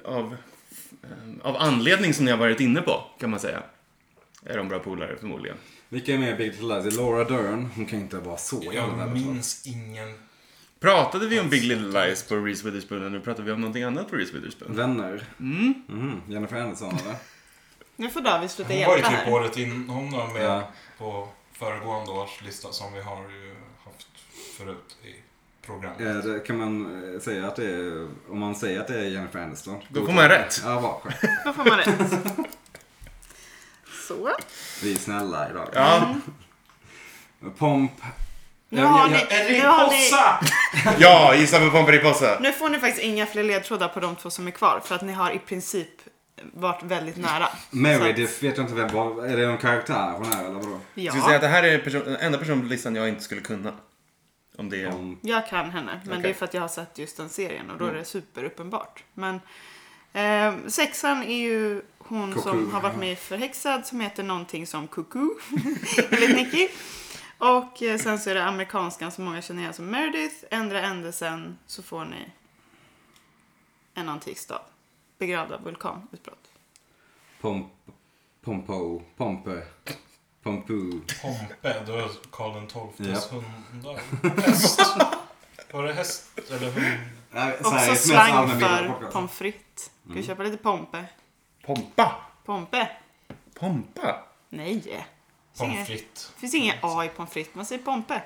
av anledning som ni har varit inne på, kan man säga. Är de bra polare förmodligen. Vilka är med i Big Little Lies? Laura Dern. Hon kan inte vara så jävla. Jag minns ingen. Pratade vi om Big Little Lies på Reese Witherspoon, eller pratade vi om någonting annat på Reese Witherspoon? Vänner. Jennifer Aniston, eller? Nu får David sluta hjälpa här. Hon var ju typ året in. Hon var med på föregående års lista som vi har ju haft förut i programmet. Det kan man säga att det är, om man säger att det är Jennifer Aniston. Då får man rätt. Ja, vad skönt. Då får man rätt. Så. Vi är snälla idag. Ja. Pomp. Nu har ni... Ja, gissa på Pomperipossa. Nu får ni faktiskt inga fler ledtrådar på de två som är kvar. För att ni har i princip varit väldigt nära. Meredith vet jag inte vem var. Är det någon karaktär hon är eller vadå? Jag skulle säga att det här är den enda personen på listan jag inte skulle kunna. Om det är... Jag kan henne, men Okej. det är för att jag har sett just den serien och då är det superuppenbart. Men sexan är ju hon som har varit med i Förhäxad som heter någonting som Cuckoo, enligt Nicky. Och sen så är det amerikanskan som många känner igen som Meredith. Ändra ändesen så får ni en antik stad. Begravd av vulkanutbrott. Pompo. Pompe, då är Karl XII:s Ja. hundar. Häst. Var det häst eller hund? Också slang för pommes frites. Ska vi köpa lite pompe? Pompa. Pompe? Pompa. Nej. Pommes frites. Det finns ingen A i pommes frites. Man säger pompe.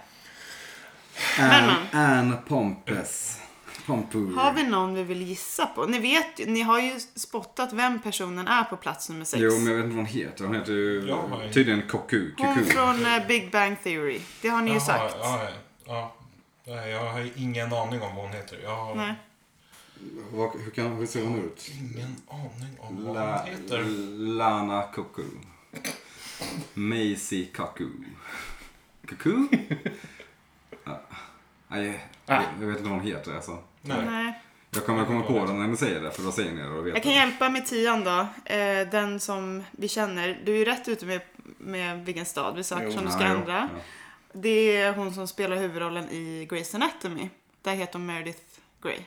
Anne Pompes. Pompur. Har vi någon vi vill gissa på? Ni vet ju, ni har ju spottat vem personen är på plats nummer 6. Jo, men jag vet inte vad hon heter. Hon heter ju tydligen Cuckoo. Hon från Big Bang Theory. Det har ni ju sagt. Ja. Nej, jag har ingen aning om vad hon heter. Nej. Hur ser hon ut? Ingen aning om vad hon heter. Lana Cuckoo. Maisie Cuckoo. Cuckoo? Nej, jag vet inte vad hon heter alltså. Nej. Jag kommer komma på den när ni säger det, för då säger ni det och vet. Jag kan hjälpa med 10 då. Den som vi känner. Du är ju rätt ute med vilken stad vi söker som du ska ändra. Ja. Det är hon som spelar huvudrollen i Grey's Anatomy. Där heter hon Meredith Grey.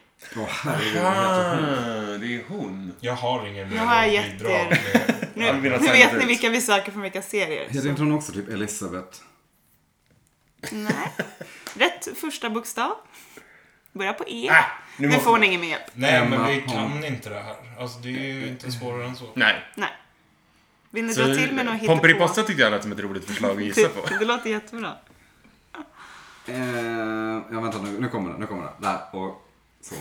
Det är hon. Jag har ingen Nu har jag mer gett bidrag er. med. Nu vet ni vilka vi söker från vilka serier. Heter inte hon också typ Elisabeth? Nej. Rätt första bokstav. Börja på E. Nu får ni ingen mer hjälp. Nej, men vi kan inte det här. Alltså, det är ju inte svårare än så. Nej. Vill ni dra till med något hittepå? Pomperipossa tyckte jag lät som ett roligt förslag att gissa på. Det låter jättebra. Vänta nu kommer det. Där och så.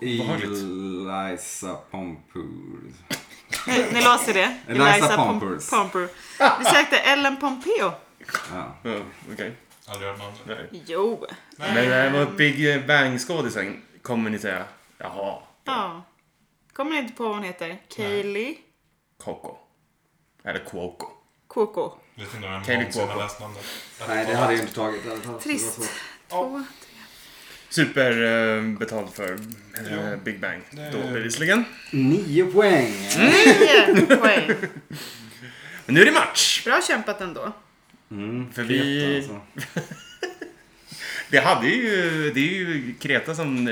Eliza Pompur. Ni låser det. Eliza Pompers. Pompur. Vi sökte Ellen Pompeo. Ja. Okej. Aldrig hört någon. Nej. Jo. Men det här var Big Bang-skådisen. Kommer ni säga? Jaha. Ja. Kommer ni inte på vad hon heter? Kaylee Coco. Eller Cuoco. Coco. Jag vet inte om jag Kaylee någonsin har Cuoco. läst namnet. Nej, det hade jag inte tagit. Trist. 2. Super betald för Big Bang. Då bevisligen. 9 poäng. 9 poäng. Men nu är det match. Bra kämpat ändå. För vi... Alltså. Det är ju Kreta som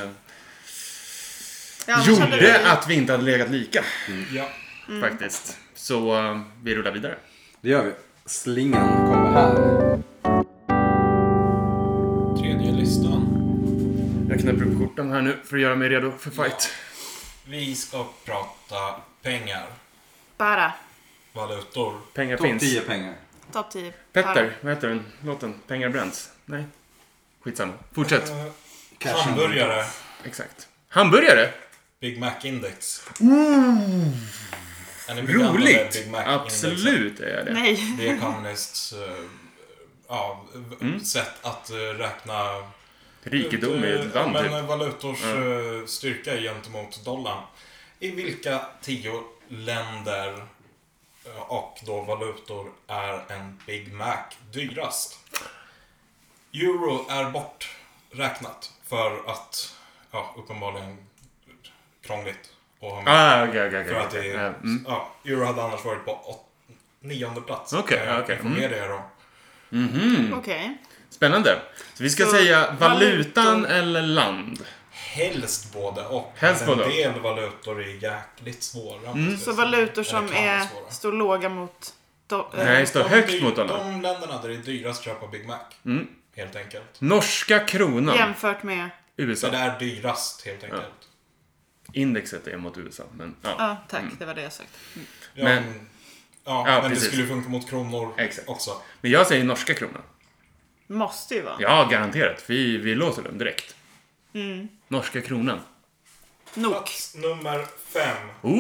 Ja, gjorde att vi inte hade legat lika. Ja. Faktiskt. Så vi rullar vidare. Det gör vi. Slingan kommer här. Tredje listan. Jag knäpper upp korten här nu för att göra mig redo för fight. Vi ska prata pengar. Bara. Valutor. Pengar Topp finns. 10 pengar. Topp 10. Petter, vad heter den låten? Pengar bränns? Nej. Skitsamma. Fortsätt. Hamburgare. Exakt. Hamburgare? Big Mac Index. Är ni bekanta med Roligt! Big Mac Absolut är jag det. Nej. Det är Economists sätt att räkna Rikedom i ett land. typ. men valutors styrka gentemot dollarn. I vilka 10 länder och då valutor är en Big Mac dyrast? Euro är borträknat för att uppenbarligen krångligt att ha med. Okej. För att det är, euro hade annars varit på 9:e plats. Okej. Informera er om. Okej. Spännande. Så vi ska säga valutan eller land. Helst både och. Helst men både en del valutor är jäkligt svåra. Så valutor som kan vara svåra. står låga mot... Nej, står högt mot dollar. De länderna där det är dyrast att köpa Big Mac. Helt enkelt. Norska kronan. jämfört med... Så USA. det är dyrast helt enkelt. Indexet är mot USA. Men, Ja, tack. Det var det jag sagt. Men det precis. skulle funka mot kronor också. Men jag säger norska kronan. Måste ju vara. Ja, garanterat. Vi låter den direkt. Norska kronan. Nok. Plats nummer 5.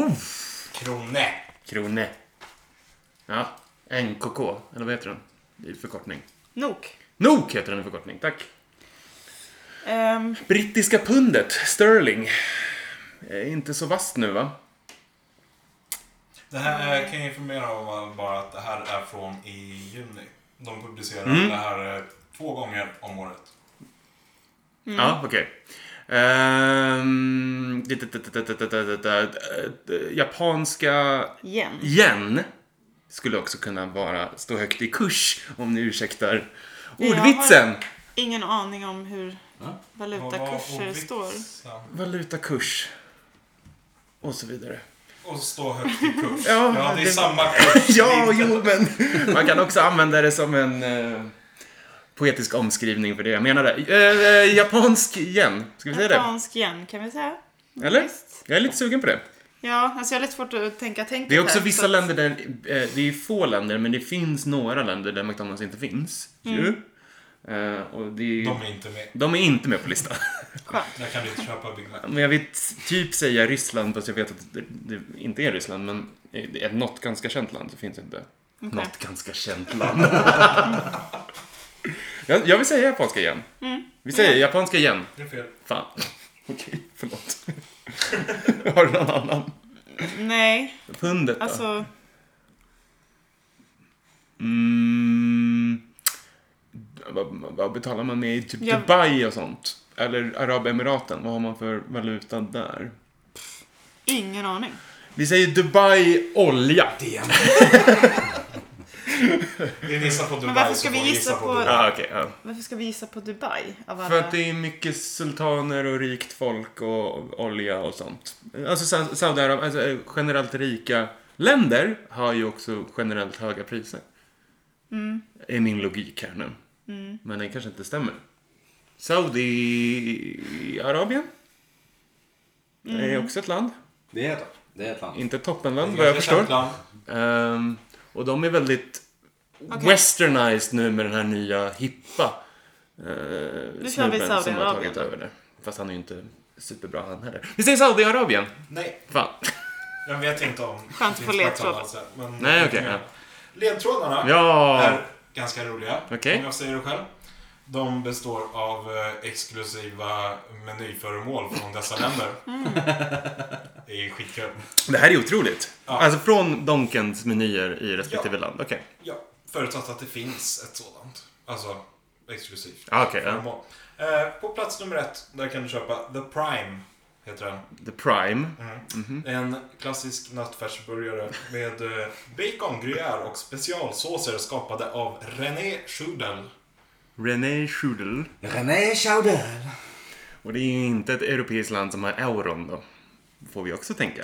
Krone. Ja, NKK. Eller vad heter den? I förkortning. Nok heter den i förkortning, tack. Brittiska pundet, sterling. Inte så vast nu, va? Det här kan jag informera om bara att det här är från i juni. De publicerar det här 2 gånger om året. Ja, okej. Japanska yen skulle också kunna stå högt i kurs, om ni ursäktar ordvitsen. Jag har ingen aning om hur valutakurser står. Valutakurs och så vidare. Och stå högt i kurs. Ja, det är samma kurs. Ja, men man kan också använda det som en poetisk omskrivning för det jag menade. Japansk yen, ska vi säga det? Japansk yen, kan vi säga? Eller? Visst. Jag är lite sugen på det. Ja, alltså jag är lite svårt att tänka det är också vissa länder där, det är få länder, men det finns några länder där McDonalds inte finns. Och de är inte med på listan. Där kan du inte köpa Big Mac. Men jag vill typ säga Ryssland, fast jag vet att det inte är Ryssland, men det är något ganska känt land, så finns inte något ganska känt land. Jag vill säga japanska yen. Vi säger japanska yen. Det är fel. Fan. Okej, förlåt. Har du någon annan? Nej. Pundet då? Alltså... Vad betalar man med i typ Dubai och sånt? Eller Arabemiraten? Vad har man för valuta där? Ingen aning. Vi säger Dubai olja. Vi gissar på Dubai. Men varför ska vi gissa på Dubai? Varför ska vi gissa på Dubai? För att det är mycket sultaner och rikt folk och olja och sånt. Alltså Saudiarabien, alltså generellt rika länder har ju också generellt höga priser. Är min logik här nu. Men den kanske inte stämmer. Saudiarabien är också ett land. Det är ett land. Inte toppenland, vad jag förstår. Och de är väldigt westernized nu med den här nya hippa snubben som har tagit över det. Fast han är ju inte superbra han heller. Vi säger Saudiarabien. Nej. Fan. Jag vet inte om... Skönt att få ledtrådar. Nej, okej. Ledtrådarna är ganska roliga. Om jag säger det själv. De består av exklusiva menyföremål från dessa länder. Det är skitkul. Det här är otroligt. Ja. Alltså från Donkens menyer i respektive land. Okej. Ja, förutsatt att det finns ett sådant. Alltså exklusivt. föremål. På plats nummer 1, där kan du köpa The Prime. Heter den. The Prime. En klassisk nötfärsburgare med bacon, gruyère och specialsåser skapade av René Schudel. Och det är ju inte ett europeiskt land som har euron då. Får vi också tänka.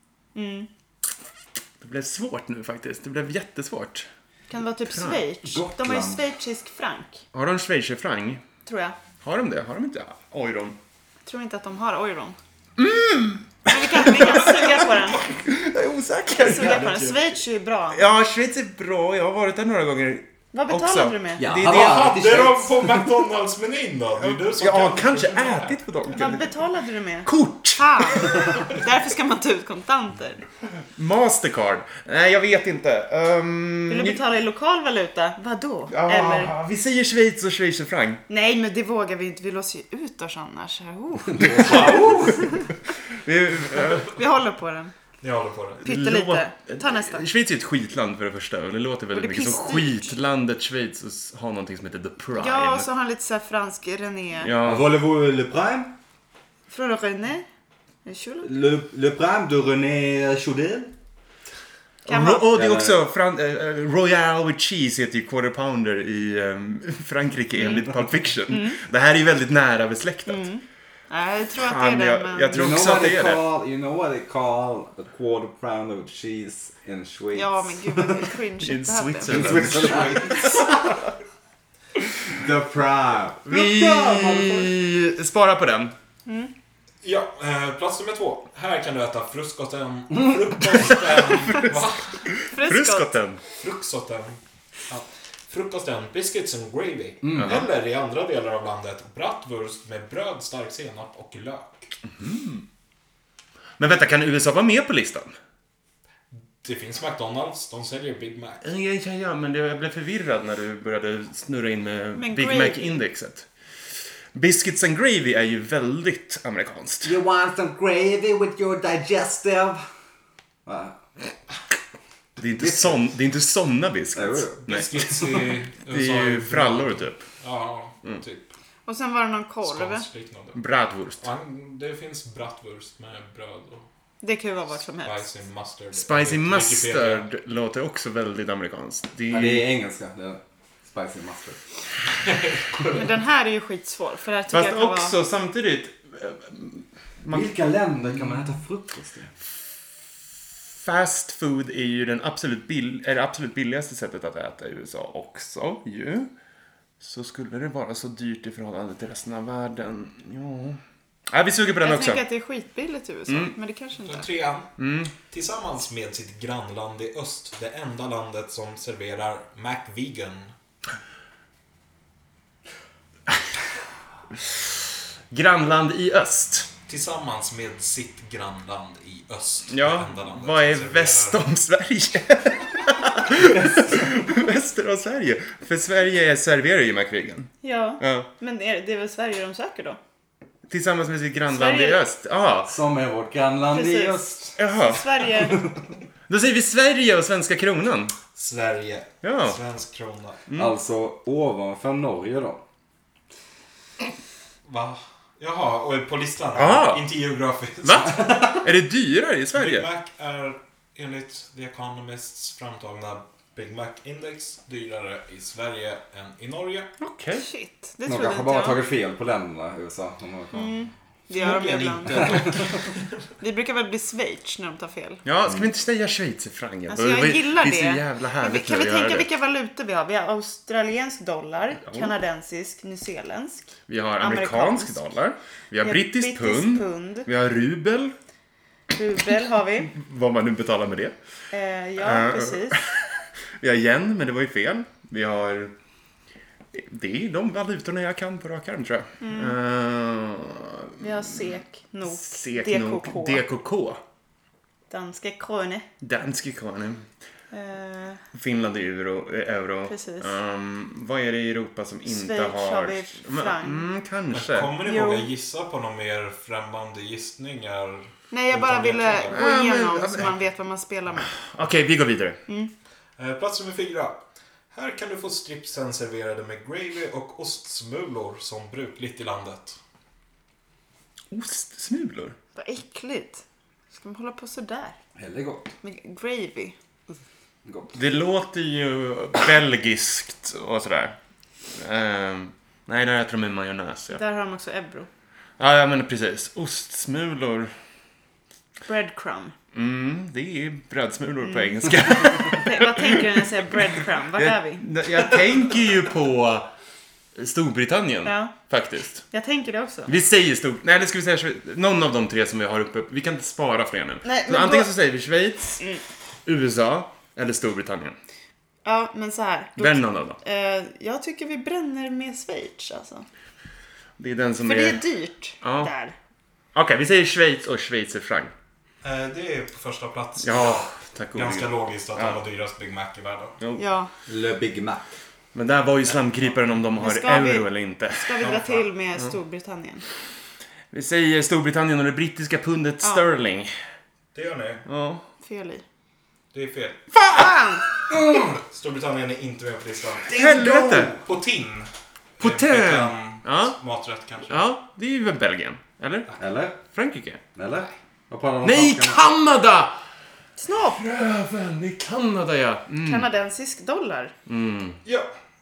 Det blev svårt nu faktiskt. Det blev jättesvårt. Kan det vara typ Schweiz? De har ju schweizisk frank. Har de schweizisk frank? Tror jag. Har de det? Har de inte euron? Jag tror inte att de har euron. Men vi kan suga på den. Jag är osäker. Suga på den. Schweiz är ju bra. Ja, Schweiz är bra. Jag har varit där några gånger. Vad betalade du med? Ja, det hade de på McDonalds-menyn då? Det är du som kanske ätit på dem. Vad betalade du med? Kort! Därför ska man ta ut kontanter. Mastercard. Nej, jag vet inte. Vill du betala i lokal valuta? Vadå? Eller? Vi säger Schweiz och schweizerfranc. Nej, men det vågar vi inte. Vi låser ju ut oss annars. Vi håller på den. Jag håller på det. Pyttelite. Ta nästa. Schweiz är ett skitland för det första. Det låter väldigt mycket som skitlandet Schweiz och har någonting som heter The Prime. Ja, och så har han lite så här fransk René. Ja. Voulez-vous le Prime? Från René? Le Prime de René Schudel? Och det är också Royal with Cheese heter ju Quarter Pounder i Frankrike enligt Pulp Fiction. Det här är ju väldigt nära besläktat. Jag tror att det är det, men... Jag tror också att det är det. You know what they call a quarter pounder with cheese in Schweiz? Ja, men gud vad cringe. In Switzerland. The Prime. Vi sparar på den. Ja, plats nummer 2. Här kan du äta frukosten. Frukosten. Fruksoten. Ja. Frukosten biscuits and gravy. Eller i andra delar av landet bratwurst med bröd, stark senap och lök. Men vänta, kan USA vara med på listan? Det finns McDonalds, de säljer Big Mac. Ja, men jag blev förvirrad när du började snurra in med Big Mac-indexet. Biscuits and gravy är ju väldigt amerikanskt. You want some gravy with your digestive? Det är inte såna biscuits. Biscuits i USA. Det är ju frallor typ. Ja, typ. Och sen var det någon korv. Bratwurst. Ja, det finns bratwurst med bröd och det kan ju vara vad som helst. Spicy mustard. Spicy mustard låter också väldigt amerikanskt. Det är engelska. Det är spicy mustard. Men den här är ju skitsvår. För här fast jag också samtidigt... Vilka länder kan man äta frukost i? Fast food är ju det absolut billigaste sättet att äta i USA också. Ju. Så skulle det vara så dyrt i förhållande till resten av världen. Ja, vi suger på den jag också. Jag tänker att det är skitbilligt i USA, men det kanske inte är. 3. Tillsammans med sitt grannland i öst, det enda landet som serverar McVegan. Grannland i öst. Tillsammans med sitt grannland i öst. Ja, vad är väst om Sverige? Väster om Sverige. För Sverige serverar ju McVegan. Ja. Men det är väl Sverige de söker då? Tillsammans med sitt grannland i öst. Som är vårt grannland i öst. Jaha. Sverige. Då säger vi Sverige och svenska kronan. Sverige. Ja. Svensk krona. Alltså ovanför Norge då. Va? Jaha, och på listan. Inte geografiskt. Va? Är det dyrare i Sverige? Big Mac är enligt The Economists framtagna Big Mac-index dyrare i Sverige än i Norge. Okej. Shit, det De trodde kanske inte bara jag. tagit fel på länderna i USA. Det gör de ibland. Det brukar väl bli Schweiz när de tar fel. Ja, ska vi inte säga schweizerfranc? Alltså jag gillar det. Det är så jävla härligt. Kan vi tänka vilka valutor vi har? Vi har australiensk dollar, kanadensisk, nyzeeländsk. Vi har amerikansk dollar. Vi har brittisk pund. Vi har rubel. Rubel har vi. Vad man nu betalar med det. Ja, precis. Vi har yen, men det var ju fel. Vi har... Det är de valutorna jag kan på rak arm, tror jag. Vi har SEK, NOK, DKK. Danske krone. Danske krone. Finland är euro. Precis. Vad är det i Europa som inte Schweiz har vi franc. Kanske. Men kommer ni våga gissa på några mer främmande gissningar? Nej, jag bara ville gå igenom så man vet vad man spelar med. Okej, vi går vidare. Plats nummer 4. Här kan du få stripsen serverade med gravy och ostsmulor som brukligt i landet. Ostsmulor? Vad äckligt. Ska man hålla på sådär? Eller gott. Med gravy. Gott. Det låter ju belgiskt och sådär. Nej, där äter de med majonnäs. Ja. Där har de också euro. Ja, men precis. Ostsmulor. Breadcrumb. Det är brödsmulor på engelska. Vad tänker du när jag säger breadcrumb? Vart är vi? Jag tänker ju på Storbritannien, faktiskt. Jag tänker det också. Vi säger Nej, det ska vi säga någon av de tre som vi har uppe. Vi kan inte spara fler nu. Nej, så antingen så säger vi Schweiz, USA eller Storbritannien. Ja, men så här. Välj någon av dem. Jag tycker vi bränner med Schweiz, alltså. Det är den som För det är dyrt där. Okej, vi säger Schweiz och schweizerfranc. Det är på första plats. Ja, tack och ganska logiskt att de var dyrast Big Mac i världen. Ja. Le Big Mac. Men där var ju slamkryparen om de har euro eller inte. Ska vi dra till med Storbritannien? Vi säger Storbritannien och det brittiska pundet sterling. Det gör ni. Ja. Fel i. Det är fel. Fan! Storbritannien är inte med på listan. Helvete! Poutine. Poutine. Maträtt kanske. Ja, det är ju väl Belgien. Eller? Frankrike. Eller? Nej, Kanada! Snart! Röven, det är Kanada, ja. Kanadensisk dollar. Ja.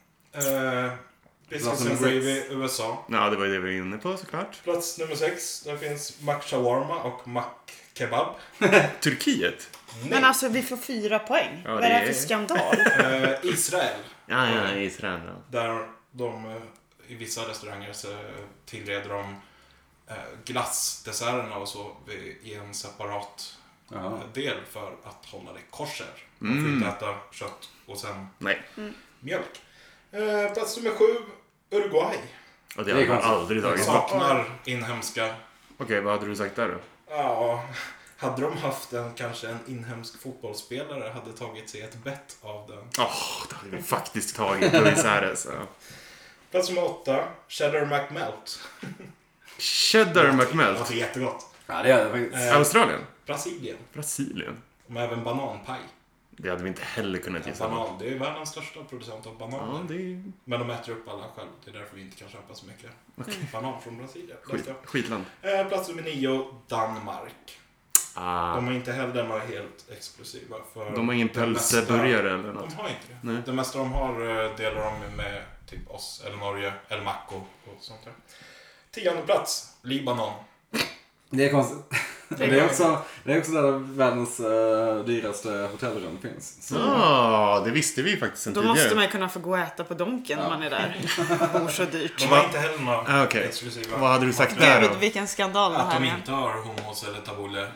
Biscuits and gravy, USA. Ja, det var ju det vi var inne på såklart. Plats nummer 6. Där finns mac shawarma och mac kebab. Turkiet? Nej. Men alltså, vi får 4 poäng. Ja, vad är det här för skandal? Israel. Ja, Israel. Ja. Där de i vissa restauranger så tillreder de glassdesserterna och så i en separat del för att hålla det kosher. Man får inte äta kött och sen mjölk. Plats nummer 7, Uruguay. Och det har jag aldrig tagit. Saknar inhemska. Okej, vad hade du sagt där då? Ja, hade de haft kanske en inhemsk fotbollsspelare hade tagit sig ett bett av den. Det hade vi faktiskt tagit. Luis Suarez. Plats nummer 8, Cheddar McMelt. Cheddar McMelt? Alltså jättegott. Ja, det är det faktiskt. Australien? Brasilien. De har även bananpaj. Det hade vi inte heller kunnat gissa. Banan, det är världens största producent av bananer. Ja, det är... Men de äter upp alla själv. Det är därför vi inte kan köpa så mycket banan från Brasilien. Skitland. Plats nummer 9, Danmark. De har inte heller några helt exklusiva. För de har ingen pölseburgare eller något? De har inte det. Nej. Det mesta de har delar de med typ oss, eller Norge, eller Macko och sånt där. 10:e plats, Libanon. Det är konstigt. Det är också där världens dyraste hotellrum finns. Det visste vi faktiskt sen tidigare. Då måste man ju kunna få gå och äta på Donken när man är där. Bor så dyrt. De har inte heller några exklusiva. Vad hade du sagt där då? Gud, vilken skandal det här att de med. inte har hummus eller tabbouleh.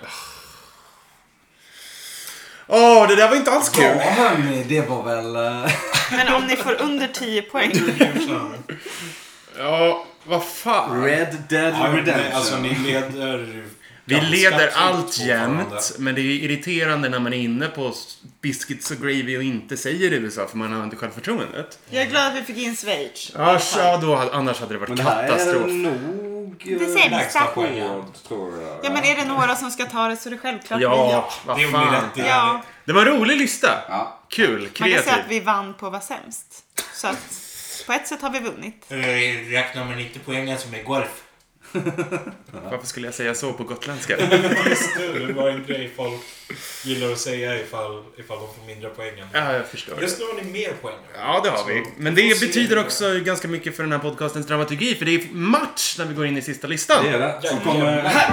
Det där var inte alls kul. Ja, hörni, det var väl... Men om ni får under 10 poäng. Ja, vad fan. Red Dead Redemption. Alltså ni leder... Vi leder alltjämt, men det är irriterande när man är inne på biscuits och gravy och inte säger det USA för man har inte självförtroendet. Jag är glad att vi fick in Schweiz. Annars hade det varit men det här katastrof. är nog det lägsta poängen, tror jag. Ja, men är det några som ska ta det så är det självklart vad det fan. Ja. Det var en rolig lista. Ja. Kul, Man kan kreativ. säga att vi vann på att vara sämst. Så att på ett sätt har vi vunnit. Räknar man inte poängen som är golf. Varför skulle jag säga så på gotländska? Just det var en grej folk gillar att säga ifall de får mindre poängen. Ja, jag förstår. Just nu har ni mer poäng. Ja, det har vi. Men det betyder också ganska mycket för den här podcastens dramaturgi. För det är match när vi går in i sista listan. Det är det. Som kommer här.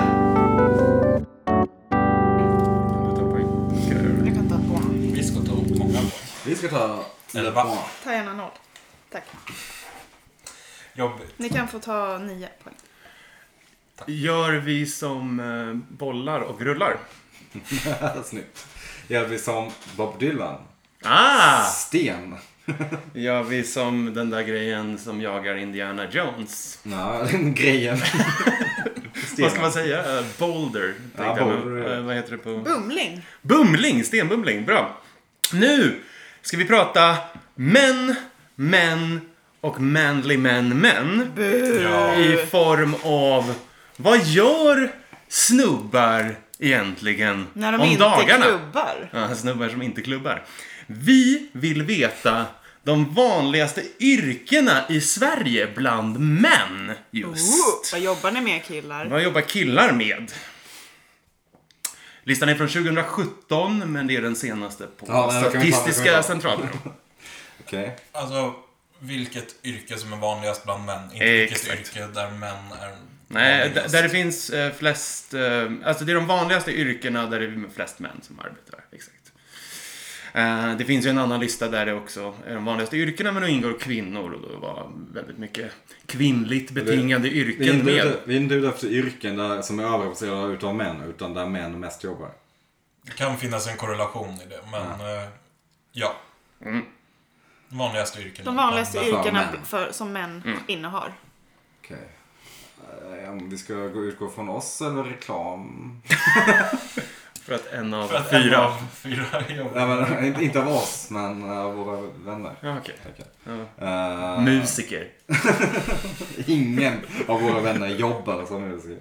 Jag kan ta på. Vi ska ta upp många poäng. Vi ska ta 11. Ta gärna 0. Tack. Jobbigt. Ni kan få ta 9 poäng. Gör vi som bollar och rullar? Snyggt. Gör vi som Bob Dylan. Sten. Gör vi som den där grejen som jagar Indiana Jones. Ja, den grejen. Vad ska man säga? Boulder. Boulder. Vad heter det på? Bumling. Bumling, stenbumling. Bra. Nu ska vi prata män och manly män. I form av vad gör snubbar egentligen när de om inte dagarna? klubbar. Ja, snubbar som inte klubbar. Vi vill veta de vanligaste yrkena i Sverige bland män just. Vad jobbar ni med, killar? Vad jobbar killar med? Listan är från 2017, men det är den senaste på Statistiska centralbyrån. Okej. Alltså, vilket yrke som är vanligast bland män? Inte vilket yrke där män är... Nej, där det finns flest... Alltså det är de vanligaste yrkena där det är flest män som arbetar. Exakt. Det finns ju en annan lista där det också är de vanligaste yrkena, men då ingår kvinnor och då var väldigt mycket kvinnligt betingade yrken med. Vi är inte ute efter yrken där, som är överrepresenterade utav män, utan där män mest jobbar. Det kan finnas en korrelation i det, men ja. De vanligaste yrkena. De vanligaste yrkena män. som män innehar. Okej. Vi ska utgå från oss eller reklam? För att en av fyra jobbar. Nej, men inte av oss, men av våra vänner. Ja, okej. Ja. Musiker. Ingen av våra vänner jobbar som musiker.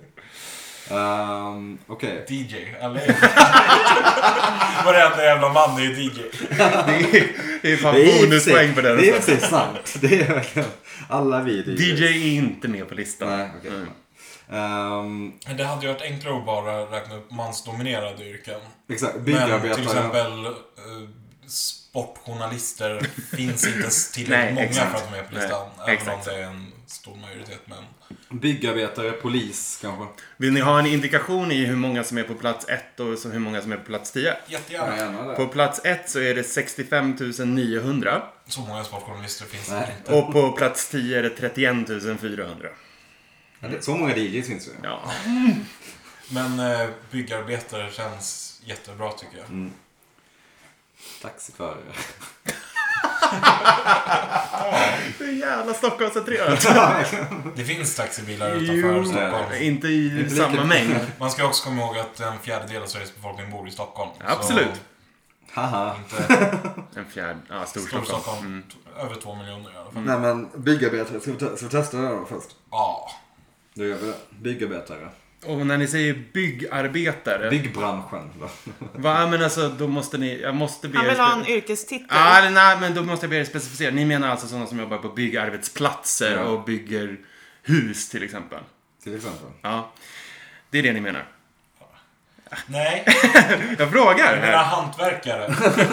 Okej. DJ, eller? Varenda jävla man är ju DJ. Det är fan bonuspoäng på den. Det är precis sant. Det är verkligen alla vi DJs. DJ är inte med på listan. Nej, okej. Det hade ju varit enklare att bara räkna upp mansdominerade yrken. Exakt, men till exempel sportjournalister finns inte tillräckligt många för att de är på listan. Även om det är en stor majoritet män. Byggarbetare, polis kanske. Vill ni ha en indikation i hur många som är på plats 1 och hur många som är på plats 10? Jättegärna. På plats 1 så är det 65 900. Så många sportjournalister finns det inte. Och på plats 10 är det 31 400. Så många DJs finns det. Ja. Men byggarbetare känns jättebra tycker jag. Taxiförare. Det är jävla Stockholmscentrerat. Det finns taxibilar utanför Stockholm. Inte i samma mängd. Man ska också komma ihåg att en fjärdedel av Sveriges befolkning bor i Stockholm. Absolut. Haha. Inte Storstockholm. Över 2 miljoner i alla fall. Nej, men byggarbetare. Ska vi testa det då först? Ja. Då gör vi det. Byggarbetare. Och när ni säger byggarbetare. Byggbranschen då. Men alltså, då måste ni... Jag måste be Han vill ha en yrkestitel. Nej, men då måste jag be er specificera. Ni menar alltså sådana som jobbar på byggarbetsplatser och bygger hus till exempel? Till exempel. Ja. Det är det ni menar. Nej. Jag frågar. Jag menar hantverkare.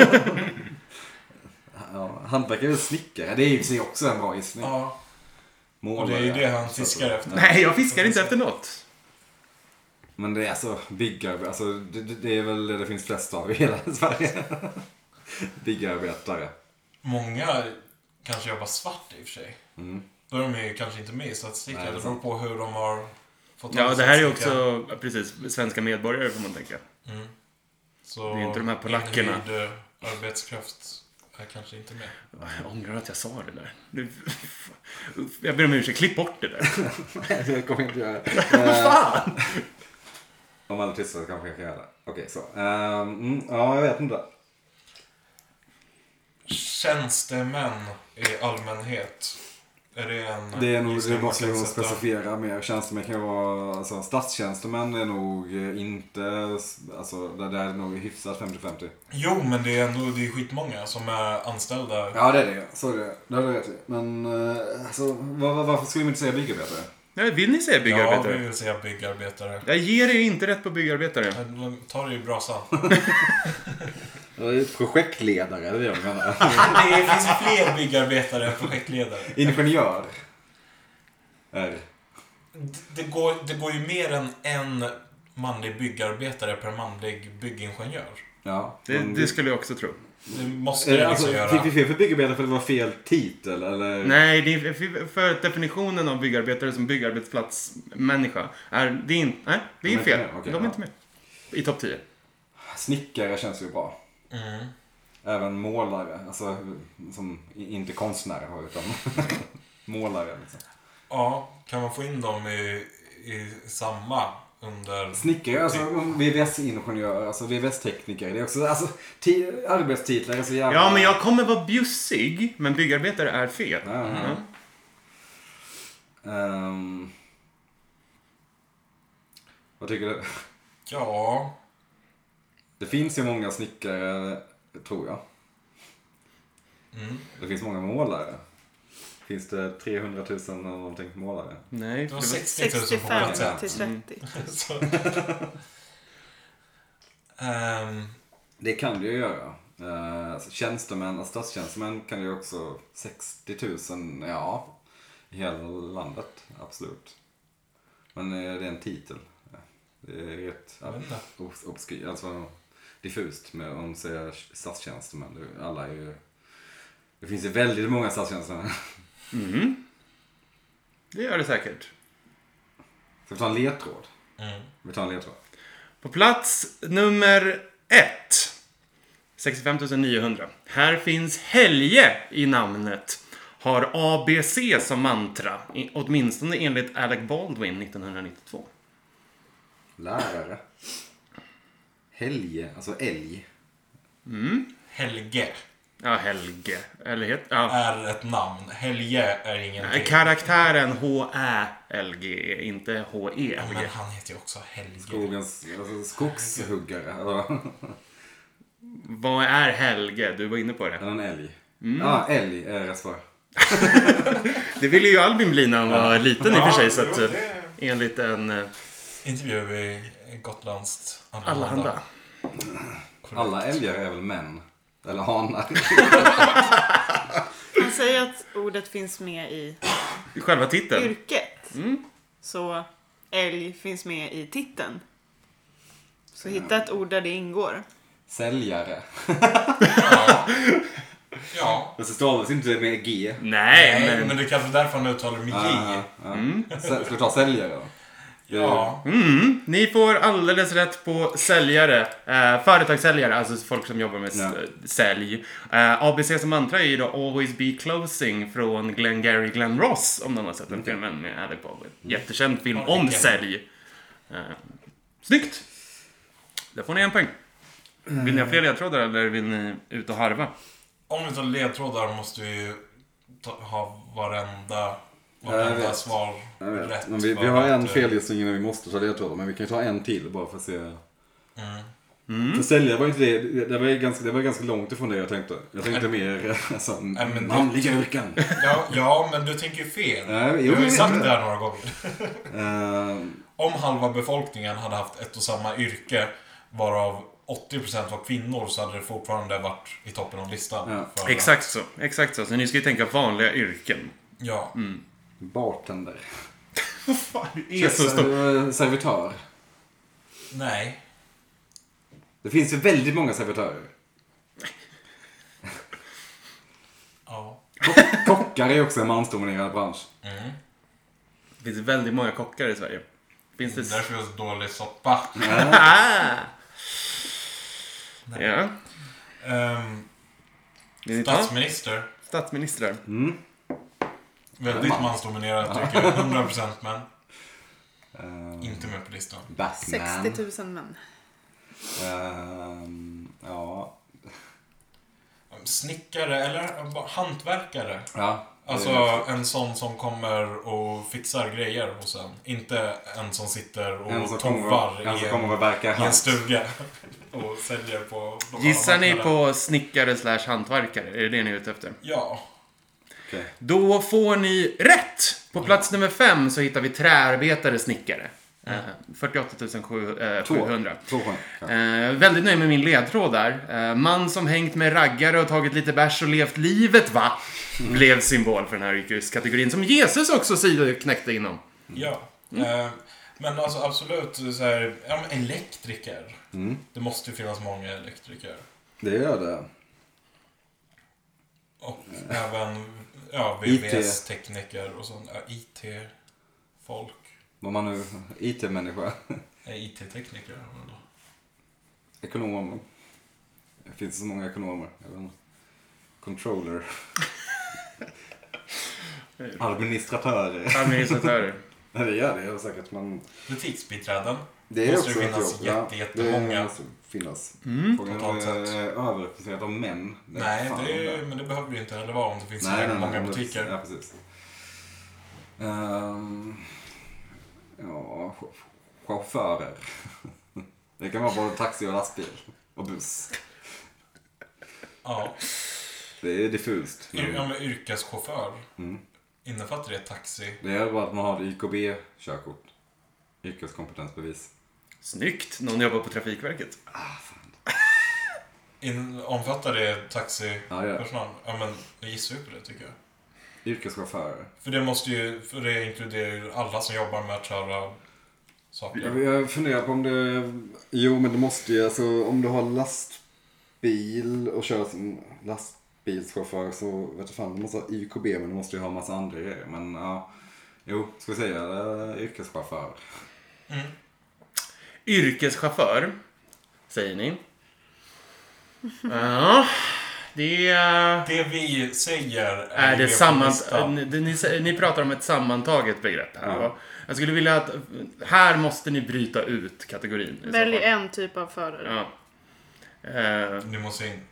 Ja, hantverkare är snickare. Det är ju sig också en bra gissning. Ja. Målare. Och det är ju det han fiskar efter. Nej, jag fiskar inte efter något. Men det är alltså byggarbetare. Alltså, det är väl det finns flest av i hela Sverige. Byggarbetare. Många kanske jobbar svart i och för sig. Då är de ju kanske inte med i statistiken. Det beror på hur de har fått. Ja, det här är också precis svenska medborgare får man tänka. Så det är inte de här polackerna. Inhyrd arbetskraft är kanske inte med. Jag ångrar att jag sa det där. Jag ber om ursäkt, klipp bort det där. Jag kommer inte göra det. Vad fan? Om alla tyst så kanske jag kan göra det. Okej, så. Ja, jag vet inte. Tjänstemän i allmänhet. Är det en... Det är nog, det måste jag nog specificera mer. Tjänstemän kan vara, alltså statstjänstemän är nog inte, alltså där är det nog hyfsat 50-50. Jo, men det är skitmånga som är anställda. Ja, det är det. Så är det. Det har du rätt i. Men alltså, varför skulle vi inte säga byggarbetare? Ja, vill ni säga byggarbetare? Ja, vi vill säga byggarbetare. Jag ger er inte rätt på byggarbetare. Ta det i brasan. Projektledare, det är det jag menar. Det finns fler byggarbetare än projektledare. Ingenjör. Det går ju mer än en manlig byggarbetare per manlig byggingenjör. Ja. Det skulle jag också tro. Det måste det liksom göra. Fick vi fel för byggarbetare för det var fel titel? Eller? Nej, det är för definitionen av byggarbetare som byggarbetsplatsmänniska det är fel. Okay, de är inte med i topp 10. Snickare känns ju bra. Även målare, alltså som inte konstnärer har utan målare liksom. Ja, kan man få in dem i samma under... Snickare, alltså VVS-ingenjör, alltså VVS-tekniker, det är också, alltså arbetstitlar är så jävla... Ja, men jag kommer vara bjussig, men byggarbetare är fel. Vad tycker du? Ja... Det finns ju många snickare, tror jag. Det finns många målare. Finns det 300 000 eller någonting målare? Nej, det var 60 000 65 på till 30. Det kan du ju göra. Tjänstemän och statstjänstemän kan ju också 60 000, ja, i hela landet, absolut. Men det är en titel. Det är rätt obskyrt, alltså diffust med om man säger statstjänstemän. Alla är ju... Det finns ju väldigt många statstjänstemän. Det gör det säkert. Ska vi ta en ledtråd? Vi tar en ledtråd. På plats nummer 1. 65 900. Här finns Helge i namnet. Har ABC som mantra. Åtminstone enligt Alec Baldwin 1992. Lärare. Helge, alltså älg. Helge. Ja, Helge. Eller är ett namn. Helge är ingenting. Karaktären H-Ä-L-G, inte H-E-L-G. Ja, men han heter ju också Helge. Skogshuggare. Vad är Helge? Du var inne på det. En älg. Ja, älg är rätt svar. Det ville ju Albin bli när han var liten i och för sig. Så att, enligt en... intervju i Gotlands Allehanda. Alla älgar är väl män? Eller hanar? Han säger att ordet finns med i själva titeln. Yrket. Så älg finns med i titeln. Så hitta ett ord där det ingår. Säljare. Ja. Men så stavas inte med G. Nej, men det är kanske därför han uttalar med J. Ska vi ta säljare då? Ja. Ni får alldeles rätt på säljare. Företagssäljare, alltså folk som jobbar med sälj. ABCs mantra är ju då Always Be Closing från Glenn Ross, om någon har sett den filmen med Alec Baldwin. Jättekänd film om sälj. Snyggt! Där får ni en poäng. Vill ni ha fler ledtrådar eller vill ni ut och harva? Om vi tar ledtrådar måste vi ha varenda svar rätt. Men vi har en felgissning innan vi måste ta ledtrådar, men vi kan ta en till bara för att se. För sälja var inte det var ganska långt ifrån det jag tänkte. Jag tänkte mer alltså, manliga yrken. Ja, men du tänker ju fel. Du har ju sagt det här några gånger. Om halva befolkningen hade haft ett och samma yrke, varav 80% var kvinnor, så hade det fortfarande varit i toppen av listan. Ja. Exakt så. Så ni ska ju tänka vanliga yrken. Ja. Bartender. Vad fan, det är så stort. Servitör. Nej. Det finns ju väldigt många servitörer. Ja. Kockar är också en mansdominerad bransch. Det finns väldigt många kockar i Sverige. Finns det... Därför är det så dålig soppa. Ja. Statsminister. Väldigt mansdominerat tycker jag. 100% män. Inte med på listan. Batman. 60 000 män. Ja. Snickare eller hantverkare. Ja. Alltså en sån som kommer och fixar grejer hos en. Inte en som sitter och tovar i en stuga och säljer på... Gissar ni på snickare / hantverkare? Är det ni är ute efter? Ja. Okay. Då får ni rätt! På plats nummer 5 så hittar vi träarbetare snickare. 48 700. Väldigt nöjd med min ledtråd där. Man som hängt med raggare och tagit lite bärs och levt livet, va? Blev symbol för den här yrkeskategorin som Jesus också knäckte inom. Ja. Men alltså absolut så här, elektriker. Det måste ju finnas många elektriker. Det gör det. Och även VVS-tekniker och sånt. IT-folk. Vad man nu... IT-människa. IT-tekniker. Ekonomer. Det finns så många ekonomer. Jag vet inte. Controller. Administratörer. Nej, det gör det säkert. Men... Butiksbiträden. Det är måste också finnas jättemånga. Det måste finnas. Överrepresenterat av män. Nej, men det behöver ju inte heller vara om det finns många butiker. Ja, precis. Chaufförer. Det kan vara både taxi och lastbil. Och buss. Ja. Det är diffust. Men yrkeschaufför. Innefattar det taxi? Det är bara att man har YKB-körkort. Yrkeskompetensbevis. Snyggt. Någon jobbar på Trafikverket. Omfattar det taxipersonal? Ja, men jag gissar ju på det tycker jag. Yrkeschaufförer. För det inkluderar ju alla som jobbar med att köra saker. Jag funderar på om det... Jo, men det måste ju... Alltså, om du har lastbil och kör som lastbilschaufför så vet du fan, du måste ha YKB, men du måste ju ha en massa andra grejer. Men ja... Jo, ska vi säga yrkeschaufför. Yrkeschaufför, säger ni. Ja... Det vi säger är det ni pratar om ett sammantaget begrepp här. Ja. Jag skulle vilja att här måste ni bryta ut kategorin. Välj en typ av förare. Ja. Ni måste in.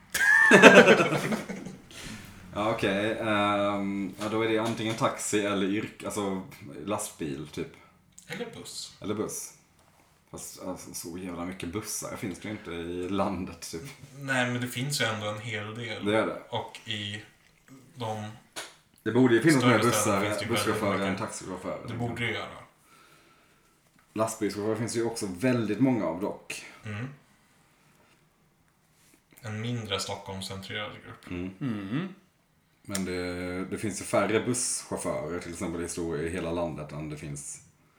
Ja, okej. Då är det antingen taxi eller alltså lastbil typ. Eller buss. Fast alltså, så jävla mycket bussar finns det inte i landet typ. Nej, men det finns ju ändå en hel del. Det är det. Och i de... Det borde ju finnas mer busschaufförer än taxichaufförer. Det borde det göra. Lastbilschaufförer finns ju också väldigt många av dock. En mindre Stockholmscentrerad grupp. Men det finns ju färre busschaufförer till exempel i hela landet än det finns...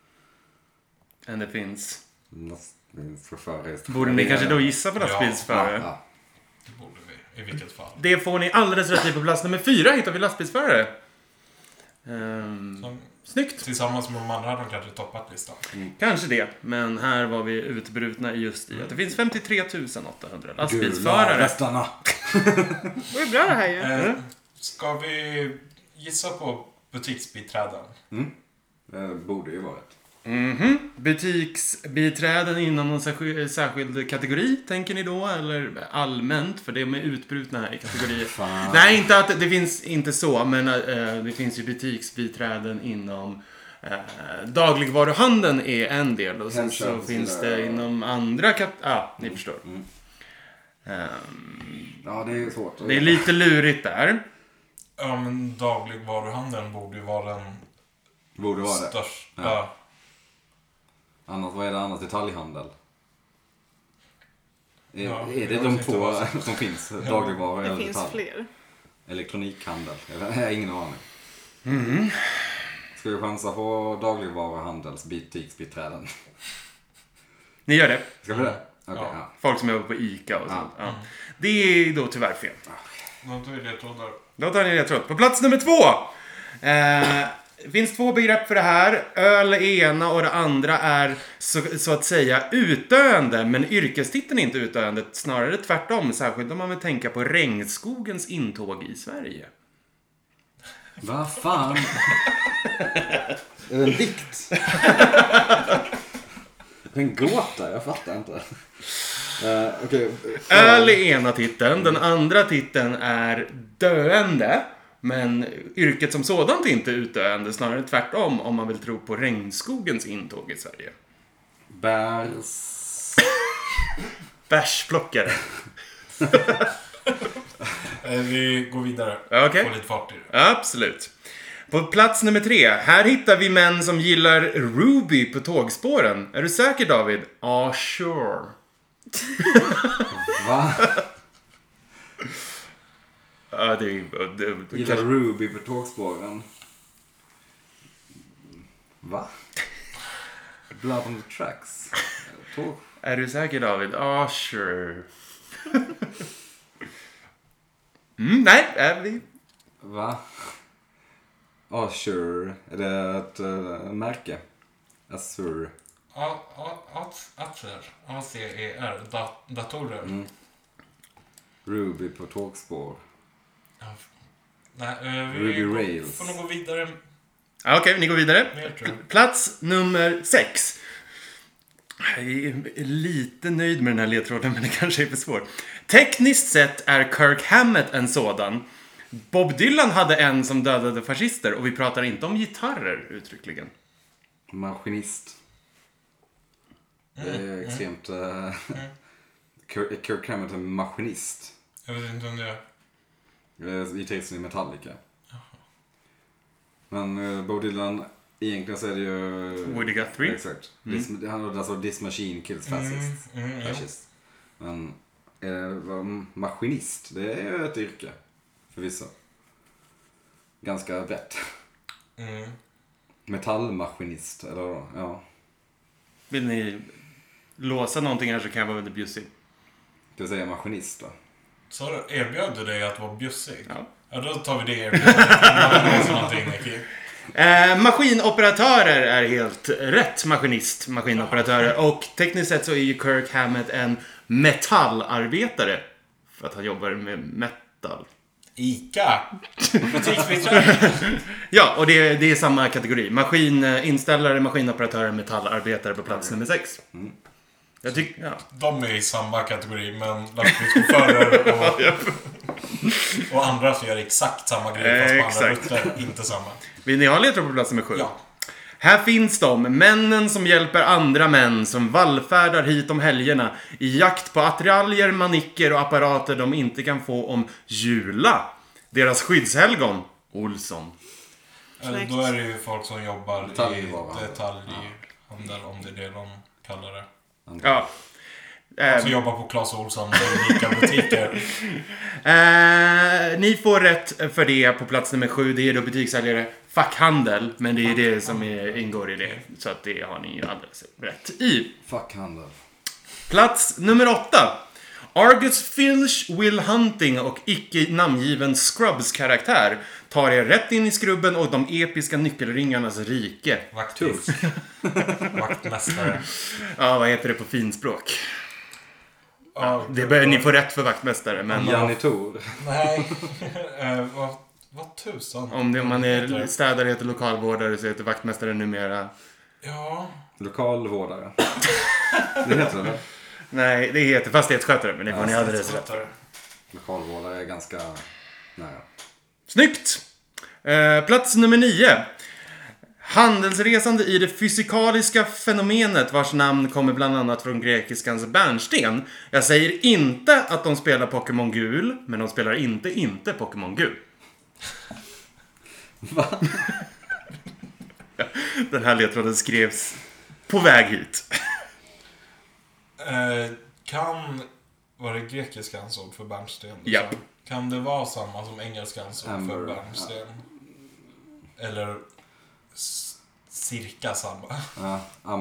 Lastbilschaufförer. Borde ni kanske då gissa på lastbilsförare? Ja. Det borde vi, i vilket fall. Det får ni alldeles rätt i. På plats nummer 4 hittar vi lastbilsförare. Snyggt. Tillsammans med de andra hade de kanske toppat listan. Kanske det, men här var vi utbrutna just i att det finns 53 800 lastbilsförare. Västarna. Det är bra det här ju. Ska vi gissa på butiksbiträden? Det borde ju varit. Butiksbiträden inom någon särskild kategori, tänker ni då? Eller allmänt, för det är med utbrutna här i kategorier. Nej, inte att det finns inte så, men det finns ju butiksbiträden inom dagligvaruhandeln är en del. Och sen så finns det inom andra ni förstår. Ja, det är svårt. Det är lite lurigt där. Ja, men dagligvaruhandeln borde ju vara den största. Ja. Annars, vad är det annars? Detaljhandel? Är det de två som finns? Dagligvaror eller det finns detalj? fler. Elektronikhandel? Jag har ingen aning. Ska vi chansa på dagligvaruhandels butiksbiträden? Ni gör det? Ska vi det? Okay, ja. Folk som jobbar på ICA och sånt. Ja. Det är då tyvärr fel. Då tar ni ledtrådar. På plats nummer 2. Det finns 2 begrepp för det här. Öl är ena och det andra är så att säga utdöende. Men yrkestiteln är inte utdöende. Snarare tvärtom. Särskilt om man vill tänka på regnskogens intåg i Sverige. Vad fan? Är det en dikt? En gåta, jag fattar inte. Okay. Öl är ena titeln. Den andra titeln är döende. Men yrket som sådant är inte utdöende. Snarare tvärtom om man vill tro på regnskogens intåg i Sverige. Bärsplockare. Vi går vidare. Okay. Få lite fart i det. Absolut. På plats nummer 3. Här hittar vi män som gillar Ruby på tågspåren. Är du säker, David? Sure. Va? Ja, det gillar Ruby på tågspåren. Va? Blood on the tracks. Är du säker, David? Sure. Nej, är vi... Va? Sure. Är det ett märke? Azure. ACER. Datorer. Ruby på tågspår. Nej, Ruby Rails. Får nog gå vidare. Okej, ni går vidare. Plats nummer 6. Jag är lite nöjd med den här ledtråden, men det kanske är för svårt. Tekniskt sett är Kirk Hammett en sådan. Bob Dylan hade en som dödade fascister, och vi pratar inte om gitarrer uttryckligen. Maskinist. Det är extremt... Kirk Hammett är maskinist. Jag vet inte om det är. Gitarristen i Metallica. Men Bob Dylan, egentligen så är det ju... Woody Guthrie. Exakt. Han är alltså This Machine Kills Fascist. Men maskinist, det är ju ett yrke. För vissa. Ganska rätt. Metallmaskinist, eller ja. Vill ni låsa någonting här så kan jag vara väldigt bjussig. Ska jag säga maskinist då? Så erbjöd du dig att vara bjussig? Ja, då tar vi det erbjudandet. Maskinoperatörer är helt rätt. Maskinoperatörer. Och tekniskt sett så är ju Kirk Hammett en metallarbetare. För att han jobbar med metal. ICA. Ja, och det är samma kategori. Maskininställare, maskinoperatörer, metallarbetare på plats nummer 6. Jag tycker, ja. De är i samma kategori, men lastbilschaufförer och andra som gör exakt samma grej fast på andra rutter, inte samma. Vill ni ha ledtråd på plats nummer 7? Ja. Här finns de, männen som hjälper andra män som vallfärdar hit om helgerna i jakt på attiraljer, manicker och apparater de inte kan få om jula. Deras skyddshelgon, Olsson. Då är det ju folk som jobbar i detaljhandel, om det är det de kallar det. Ja. Som jobbar på Clas Ohlson med unika butiker. Ni får rätt för det på plats nummer 7. Det är då butikssäljare, fackhandel. Men det är det som ingår i det. Så att det har ni ju alldeles rätt i. Fackhandel. Plats nummer 8. Argus Filch, Will Hunting och icke namngiven Scrubs-karaktär tar er rätt in i skrubben och de episka nyckelringarnas rike. Vakthus. Vaktmästare. Ja, vad heter det på finspråk? Ja, Ni får rätt för vaktmästare, men... Janitor. Nej. Vad tusan? Om man är städare heter lokalvårdare så heter vaktmästare numera... Ja. Lokalvårdare. Det heter det. Nej, det heter fastighetsskötare, men det får ni alldeles rätt för. Lokalvårdare är ganska nära. Snyggt! Plats nummer 9. Handelsresande i det fysikaliska fenomenet vars namn kommer bland annat från grekiskans bärnsten. Jag säger inte att de spelar Pokémon Gul, men de spelar inte Pokémon Gul. Va? Den här ledtråden skrevs på väg hit. Var det grekiskans ord för bärnsten? Ja. Kan det vara samma som engelskans ord för bärnsten? Ja. Eller cirka samma? Ja,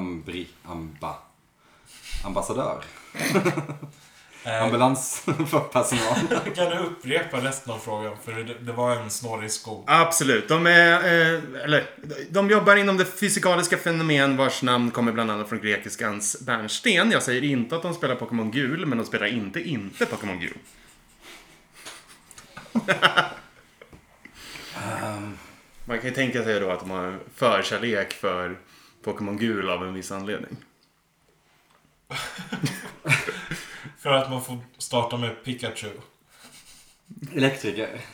ambassadör. Ambulans för personal. Kan du upprepa resten av frågan? För det var en snårig skog. Absolut. De jobbar inom det fysikaliska fenomen vars namn kommer bland annat från grekiskans bärnsten. Jag säger inte att de spelar Pokémon Gul, men de spelar inte Pokémon Gul. Man kan ju tänka sig då att de har förkärlek för Pokémon Gul av en viss anledning. För att man får starta med Pikachu. Elektriker.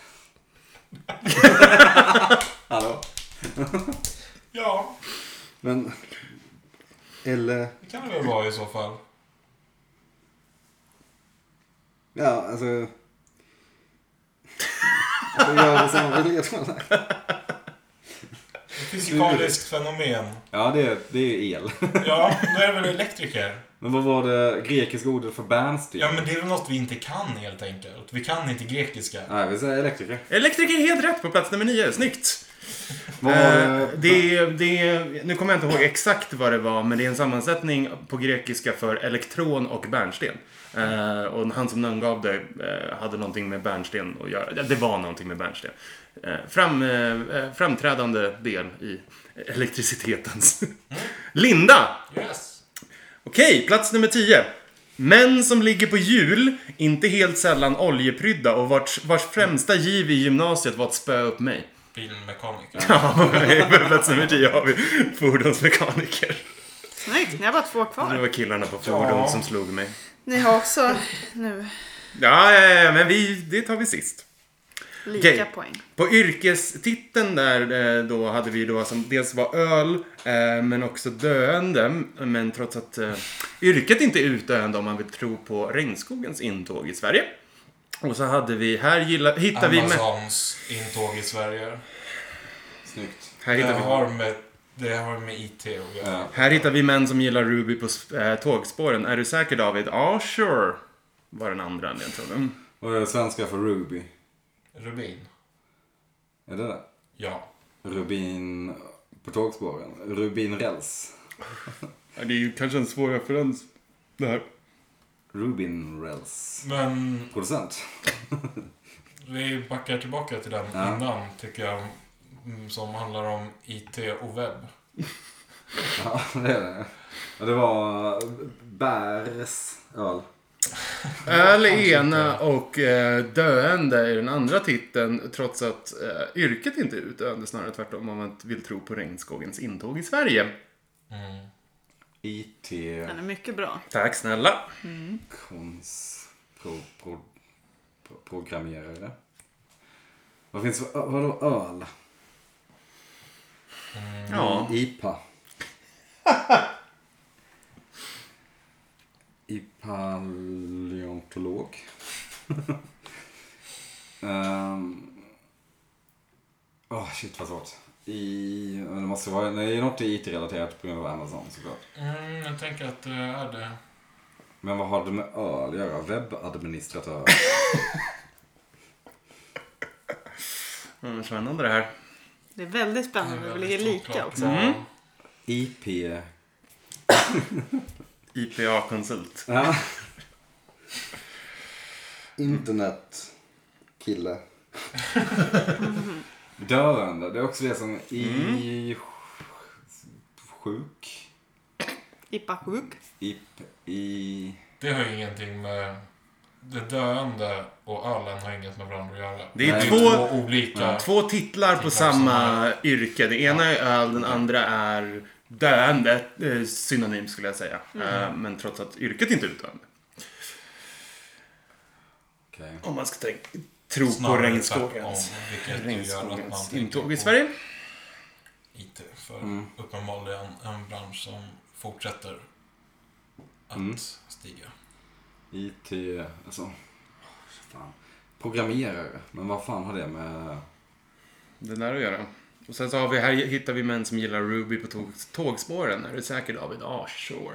Hallå? Ja. Men... Eller... Det kan det väl vara i så fall. Ja, alltså... Jag gör det samma ledtråd. Fysikaliskt fenomen. Ja, det är el. Ja, då är det väl elektriker. Men vad var det grekiska ordet för bärnsten? Ja, men det är väl något vi inte kan helt enkelt. Vi kan inte grekiska. Nej, vi säger elektriker. Elektriker är helt rätt på plats nummer 9. Snyggt! Nu kommer jag inte ihåg exakt vad det var, men det är en sammansättning på grekiska för elektron och bärnsten. Och han som namngav det hade någonting med bärnsten att göra. Det var någonting med bärnsten. Framträdande del i elektricitetens. Linda! Yes. Okej, plats nummer 10. Män som ligger på hjul, inte helt sällan oljeprydda och vars främsta giv i gymnasiet var att spöa upp mig. Bilmekaniker. Ja, på plats nummer 10 har vi fordonsmekaniker. Snyggt, ni har bara 2 kvar. Det var killarna på fordon som slog mig. Ni har också nu Ja, men det tar vi sist. lika poäng. På yrkestiteln där då hade vi då som dels var öl men också döende. Men trots att yrket inte är utdöende om man vill tro på regnskogens intåg i Sverige. Och så hade vi, hittar vi Amazons intåg i Sverige. Snyggt. Det har med IT att göra. Här hittar vi män som gillar Ruby på tågspåren. Är du säker, David? Ja, sure. Var den andra ledtråden. Vad är det svenska för Ruby? Rubin. Är det? Ja. Rubin på tågspåren. Rubin räls. Ja, det är ju kanske en svår referens. Det här. Rubin räls. Men producent. vi backar tillbaka till den innan, tycker jag. Som handlar om IT och webb. Ja, det är det. Ja, det var Bärs öl. Öl är ena och döende i den andra titeln, trots att yrket inte är utdöende, snarare tvärtom om man vill tro på regnskogens intåg i Sverige. IT. Den är mycket bra. Tack snälla. Programmerare. Vad finns för vadå öl? Ja. IPA. Paleontolog. Shit vad svårt. Det måste vara något IT-relaterat på grund av Amazon såklart. Jag tänker att det är det. Men vad har det med öl att göra? Webbadministratör. Spännande det här. Det är väldigt spännande. Vi ligger lika också. IP. IPA-konsult. Ja. Internet. Kille. Döende, det är också det som i sjuk. Ipa-sjuk. I... Det har ju ingenting med... Det döende och ölen har inget med varandra att göra. Det är två olika... Två titlar på samma yrke. Det ena är öl, den andra är döende. Synonym skulle jag säga. Men trots att yrket inte är döende. Okay. Om man ska tro på regnskogens intåg i Sverige. IT för uppenbarligen en bransch som fortsätter att stiga. IT, alltså fan. Programmerare, men vad fan har det med det där att göra? Och sen så har vi här, hittar vi män som gillar Ruby på tågspåren. Är det säkert David? Sure.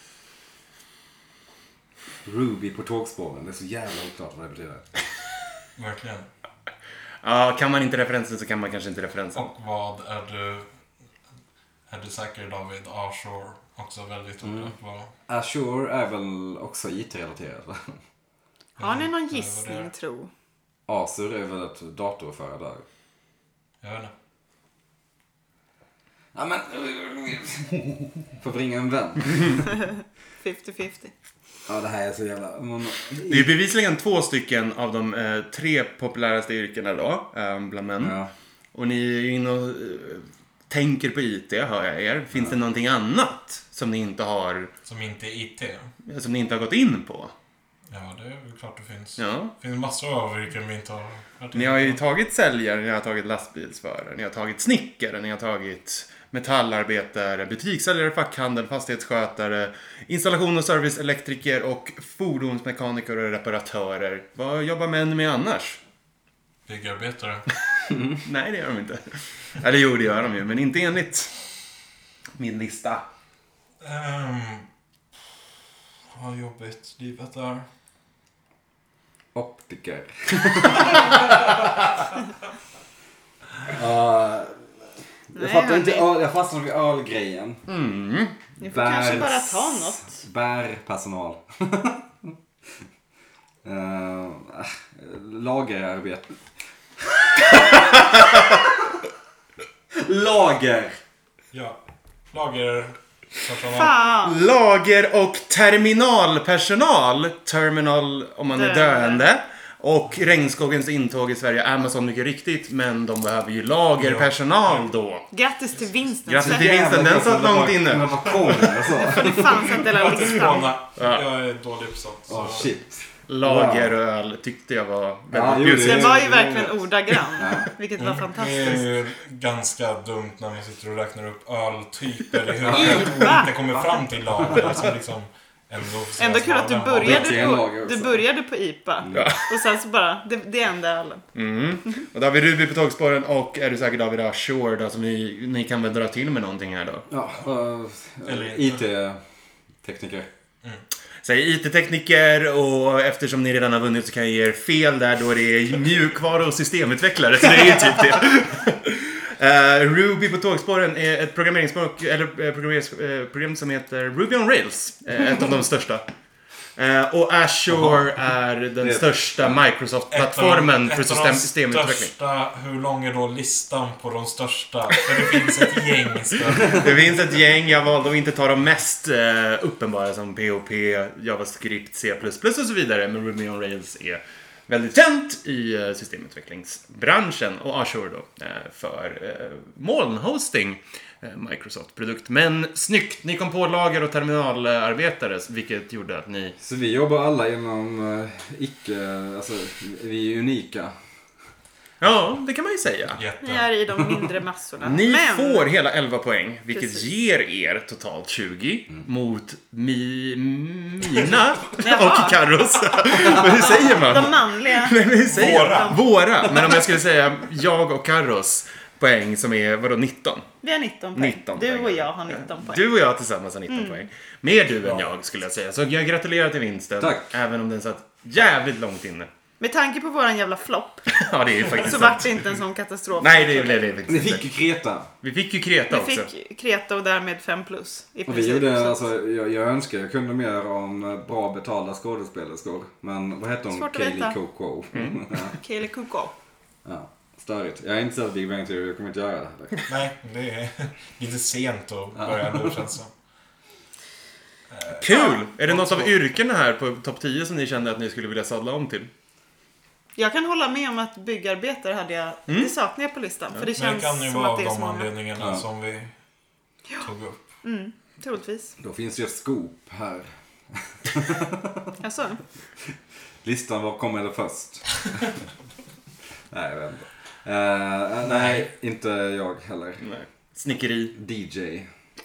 Ruby på tågspåren, det är så jävla oklart vad det betyder. Verkligen. Ja, kan man inte referensen så kan man kanske inte referensen. Och vad är du säker David? Azure också väldigt oklart vad. Azure är väl också IT-relaterat? Har ni någon gissning, tro? Azure är väl ett datorföretag? Jag vet inte. Ja, men... Får bringa en vän. 50-50. Ja, det här är så jävla... Det är bevisligen 2 stycken av de 3 populäraste yrkena då, bland män. Ja. Och ni är inne och tänker på IT, hör jag er. Finns det någonting annat som ni inte har... Som inte är IT? Som ni inte har gått in på? Ja, det är väl klart det finns. Ja. Det finns massor av yrken vi inte har varit. Ni har ju tagit säljare, ni har tagit lastbilsförare, ni har tagit snickare, ni har tagit metallarbetare, butikssäljare, fackhandel, fastighetsskötare, installation och service, elektriker och fordonsmekaniker och reparatörer. Vad jobbar män med annars? Byggarbetare. Nej, det gör de inte. Eller jo, det gör de ju, men inte enligt min lista. Vad jobbigt livet är. Optiker. Jag fastnar vid ölgrejen. Ni får kanske bara ta något. Bärpersonal. Lagerarbete. Lager. Ja, lager. Fan. Lager och terminalpersonal. Terminal om man är döende. Och regnskogens intåg i Sverige, Amazon mycket riktigt, men de behöver ju lagerpersonal då. Grattis till vinsten. Grattis till vinsten, den satt långt inne. Det får ni fan sätta hela listan. Jag är dålig på sånt. Så. Shit. Lageröl tyckte jag var väldigt bjussigt. Det var ju verkligen ordagrann, vilket var fantastiskt. Det är ju ganska dumt när man sitter och räknar upp öltyper i huvudet och inte kommer fram till lager som liksom ändå kul att du började på IPA. Och sen så bara, det ända ölen. Och då har vi Ruby på tågspåren och är du säker David Sure då, som ni kan väl dra till med någonting här då? Ja, IT-tekniker. Säg IT-tekniker, och eftersom ni redan har vunnit så kan jag ge er fel där, då det är mjukvara och systemutvecklare, så det är ju typ det. Ruby på tågspåren är ett programmeringsprogram som heter Ruby on Rails, ett av de största. Och Azure är den största Microsoft-plattformen för systemutveckling. Hur lång är då listan på de största? För det finns ett gäng. Det finns ett gäng, jag valde att inte ta de mest uppenbara som PHP, JavaScript, C++ och så vidare. Men Ruby on Rails är väldigt känt i systemutvecklingsbranschen, och Azure då för molnhosting, Microsoft-produkt. Men snyggt, ni kom på lager- och terminalarbetare, vilket gjorde att ni... Så vi jobbar alla inom vi är unika. Ja, det kan man ju säga. Ni är i de mindre massorna. Ni får hela 11 poäng, vilket ger er totalt 20 mot mina och Carros. Men hur säger man? De manliga. Nej, men hur säger Våra. Men om jag skulle säga jag och Carros poäng som är, vadå, 19? Vi har 19 poäng. 19 du poäng. Och jag har 19 poäng. Du och jag tillsammans har 19 poäng. Mer du än jag, skulle jag säga. Så jag gratulerar till vinsten. Tack. Även om den satt jävligt långt inne. Med tanke på våran jävla flopp. Ja, det är faktiskt så vart det inte en sån katastrof. Nej, det blev det faktiskt. Ni fick ju Kreta. Vi fick ju Kreta också. Vi fick Kreta och därmed 5+. I och vi gjorde, alltså, jag önskar jag kunde mer om bra betalda skådespelerskor. Men vad heter hon? Kaylee Coco. Kaylee Coco. Ja. Störigt. Jag är inte så Big Bang Theory, jag kommer inte göra det heller. Nej, det är lite sent att börja nu, känns det. Kul! Är det något av yrkena här på topp 10 som ni kände att ni skulle vilja sadla om till? Jag kan hålla med om att byggarbetare hade jag... Det saknar jag på listan. För det känns kan ju som vara att det är de så många. anledningarna som vi tog upp. Troligtvis. Då finns det ett scoop här. Alltså. Listan, vad kommer det först? Nej, jag vet inte. Nej, inte jag heller. Nej. Snickeri. DJ.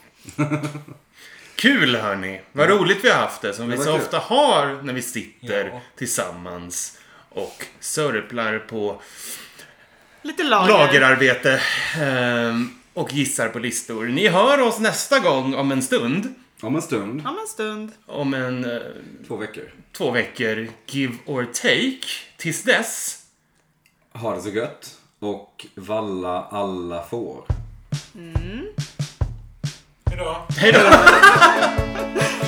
Kul hörni. Vad roligt vi har haft det. Som vi så kul. ofta har när vi sitter tillsammans och sörplar på Lite lagerarbete och gissar på listor. Ni hör oss nästa gång om en stund. Om en stund. Om en 2 veckor. 2 veckor. Give or take. Tills dess. Ha det så gött. Och valla alla får. Hejdå. Hej då.